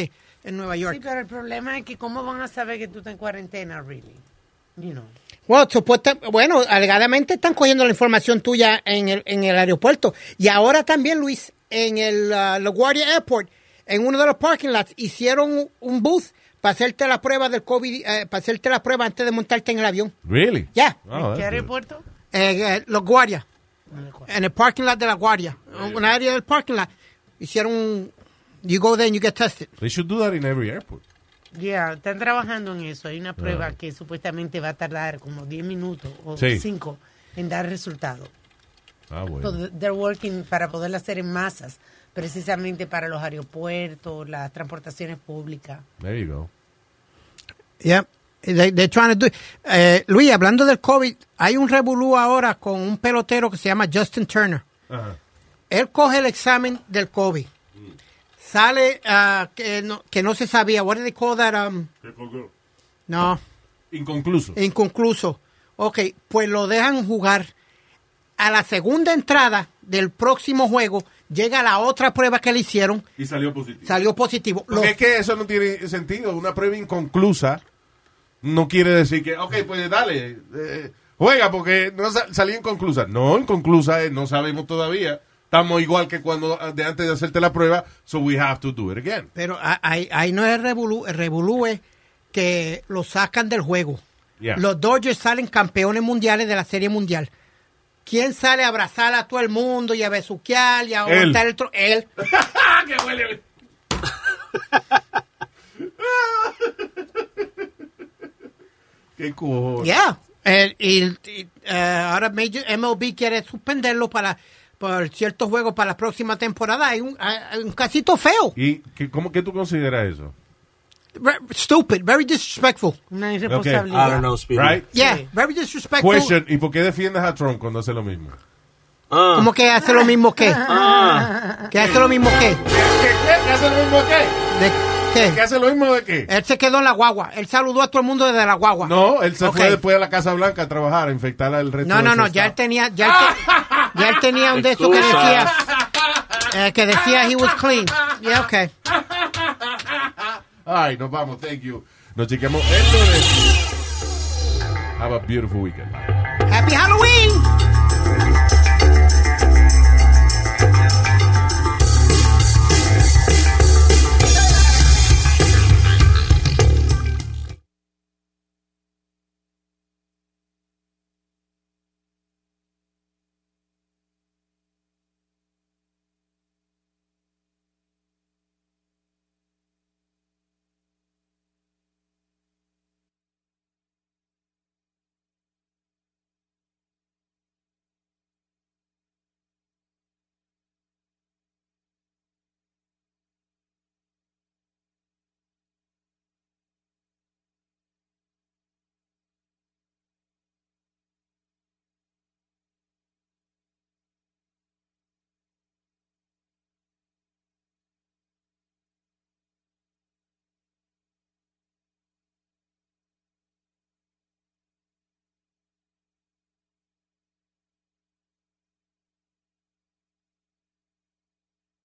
en Nueva York. Sí, pero el problema es que cómo van a saber que tú estás en cuarentena, really. You know. Bueno, supuesta, bueno, alegadamente están cogiendo la información tuya en el, en el aeropuerto. Y ahora también, Luis, en el uh, LaGuardia Airport, en uno de los parking lots, hicieron un, un booth para hacerte la prueba del COVID, eh, para hacerte la prueba antes de montarte en el avión. Really? Ya. Oh, ¿En that's qué good. aeropuerto? Eh, eh, LaGuardia. En el parking lot de LaGuardia. Un área del parking lot. Hicieron un... You go there and you get tested. They should do that in every airport. Ya, yeah, están trabajando en eso. Hay una prueba que supuestamente va a tardar como diez minutos o Sí. cinco en dar resultado. Ah, bueno. So they're working para poderla hacer en masas, precisamente para los aeropuertos, las transportaciones públicas. There you go. Yeah. They, they're trying to do it. Eh, Luis, hablando del COVID, hay un revolú ahora con un pelotero que se llama Justin Turner. Ajá. Él coge el examen del COVID. Sale uh, que, no, que no se sabía. What do they call that? Um, ¿Qué colgó? no, Inconcluso. inconcluso. Ok, pues lo dejan jugar. A la segunda entrada del próximo juego, llega la otra prueba que le hicieron, Y salió positivo. salió positivo. Porque Los- es que eso no tiene sentido. Una prueba inconclusa no quiere decir que, ok, pues dale, eh, juega porque no sa- salió inconclusa. No, inconclusa es, no sabemos todavía. Estamos igual que cuando de antes de hacerte la prueba, so we have to do it again. Pero a- ahí, ahí no es revolú, el revolú es que lo sacan del juego. Yeah. Los Dodgers salen campeones mundiales de la Serie Mundial. ¿Quién sale a abrazar a todo el mundo y a besuquear y a Él. aguantar el tro- Él. ¡Qué huele! ¡Qué cojones! Yeah. Eh, y, y, eh, ahora Major M L B quiere suspenderlo para por ciertos juegos para la próxima temporada. Hay un, hay un casito feo. ¿Y qué, cómo que tú consideras eso? Re- stupid. Very disrespectful. Una I irresponsabilidad. don't know, Speedy. Right? Yeah. Sí. Very disrespectful. Question, ¿y por qué defiendes a Trump cuando hace lo mismo? Ah. ¿Cómo que hace lo mismo que? Ah. ¿Que hace lo mismo que? ¿Qué, qué, qué hace lo mismo de qué? ¿De ¿Qué qué? hace lo mismo de qué? Él se quedó en la guagua. Él saludó a todo el mundo desde la guagua. No, él se Ok. fue después a la Casa Blanca a trabajar, a infectar al resto No, de no, su no, ya él staff. tenía, ya él, te- ya él tenía un de esos que decía, eh, que decía he was clean. Yeah, okay. Ay, nos vamos, thank you. Nos chequeamos el lunes. Have a beautiful weekend. Happy Halloween.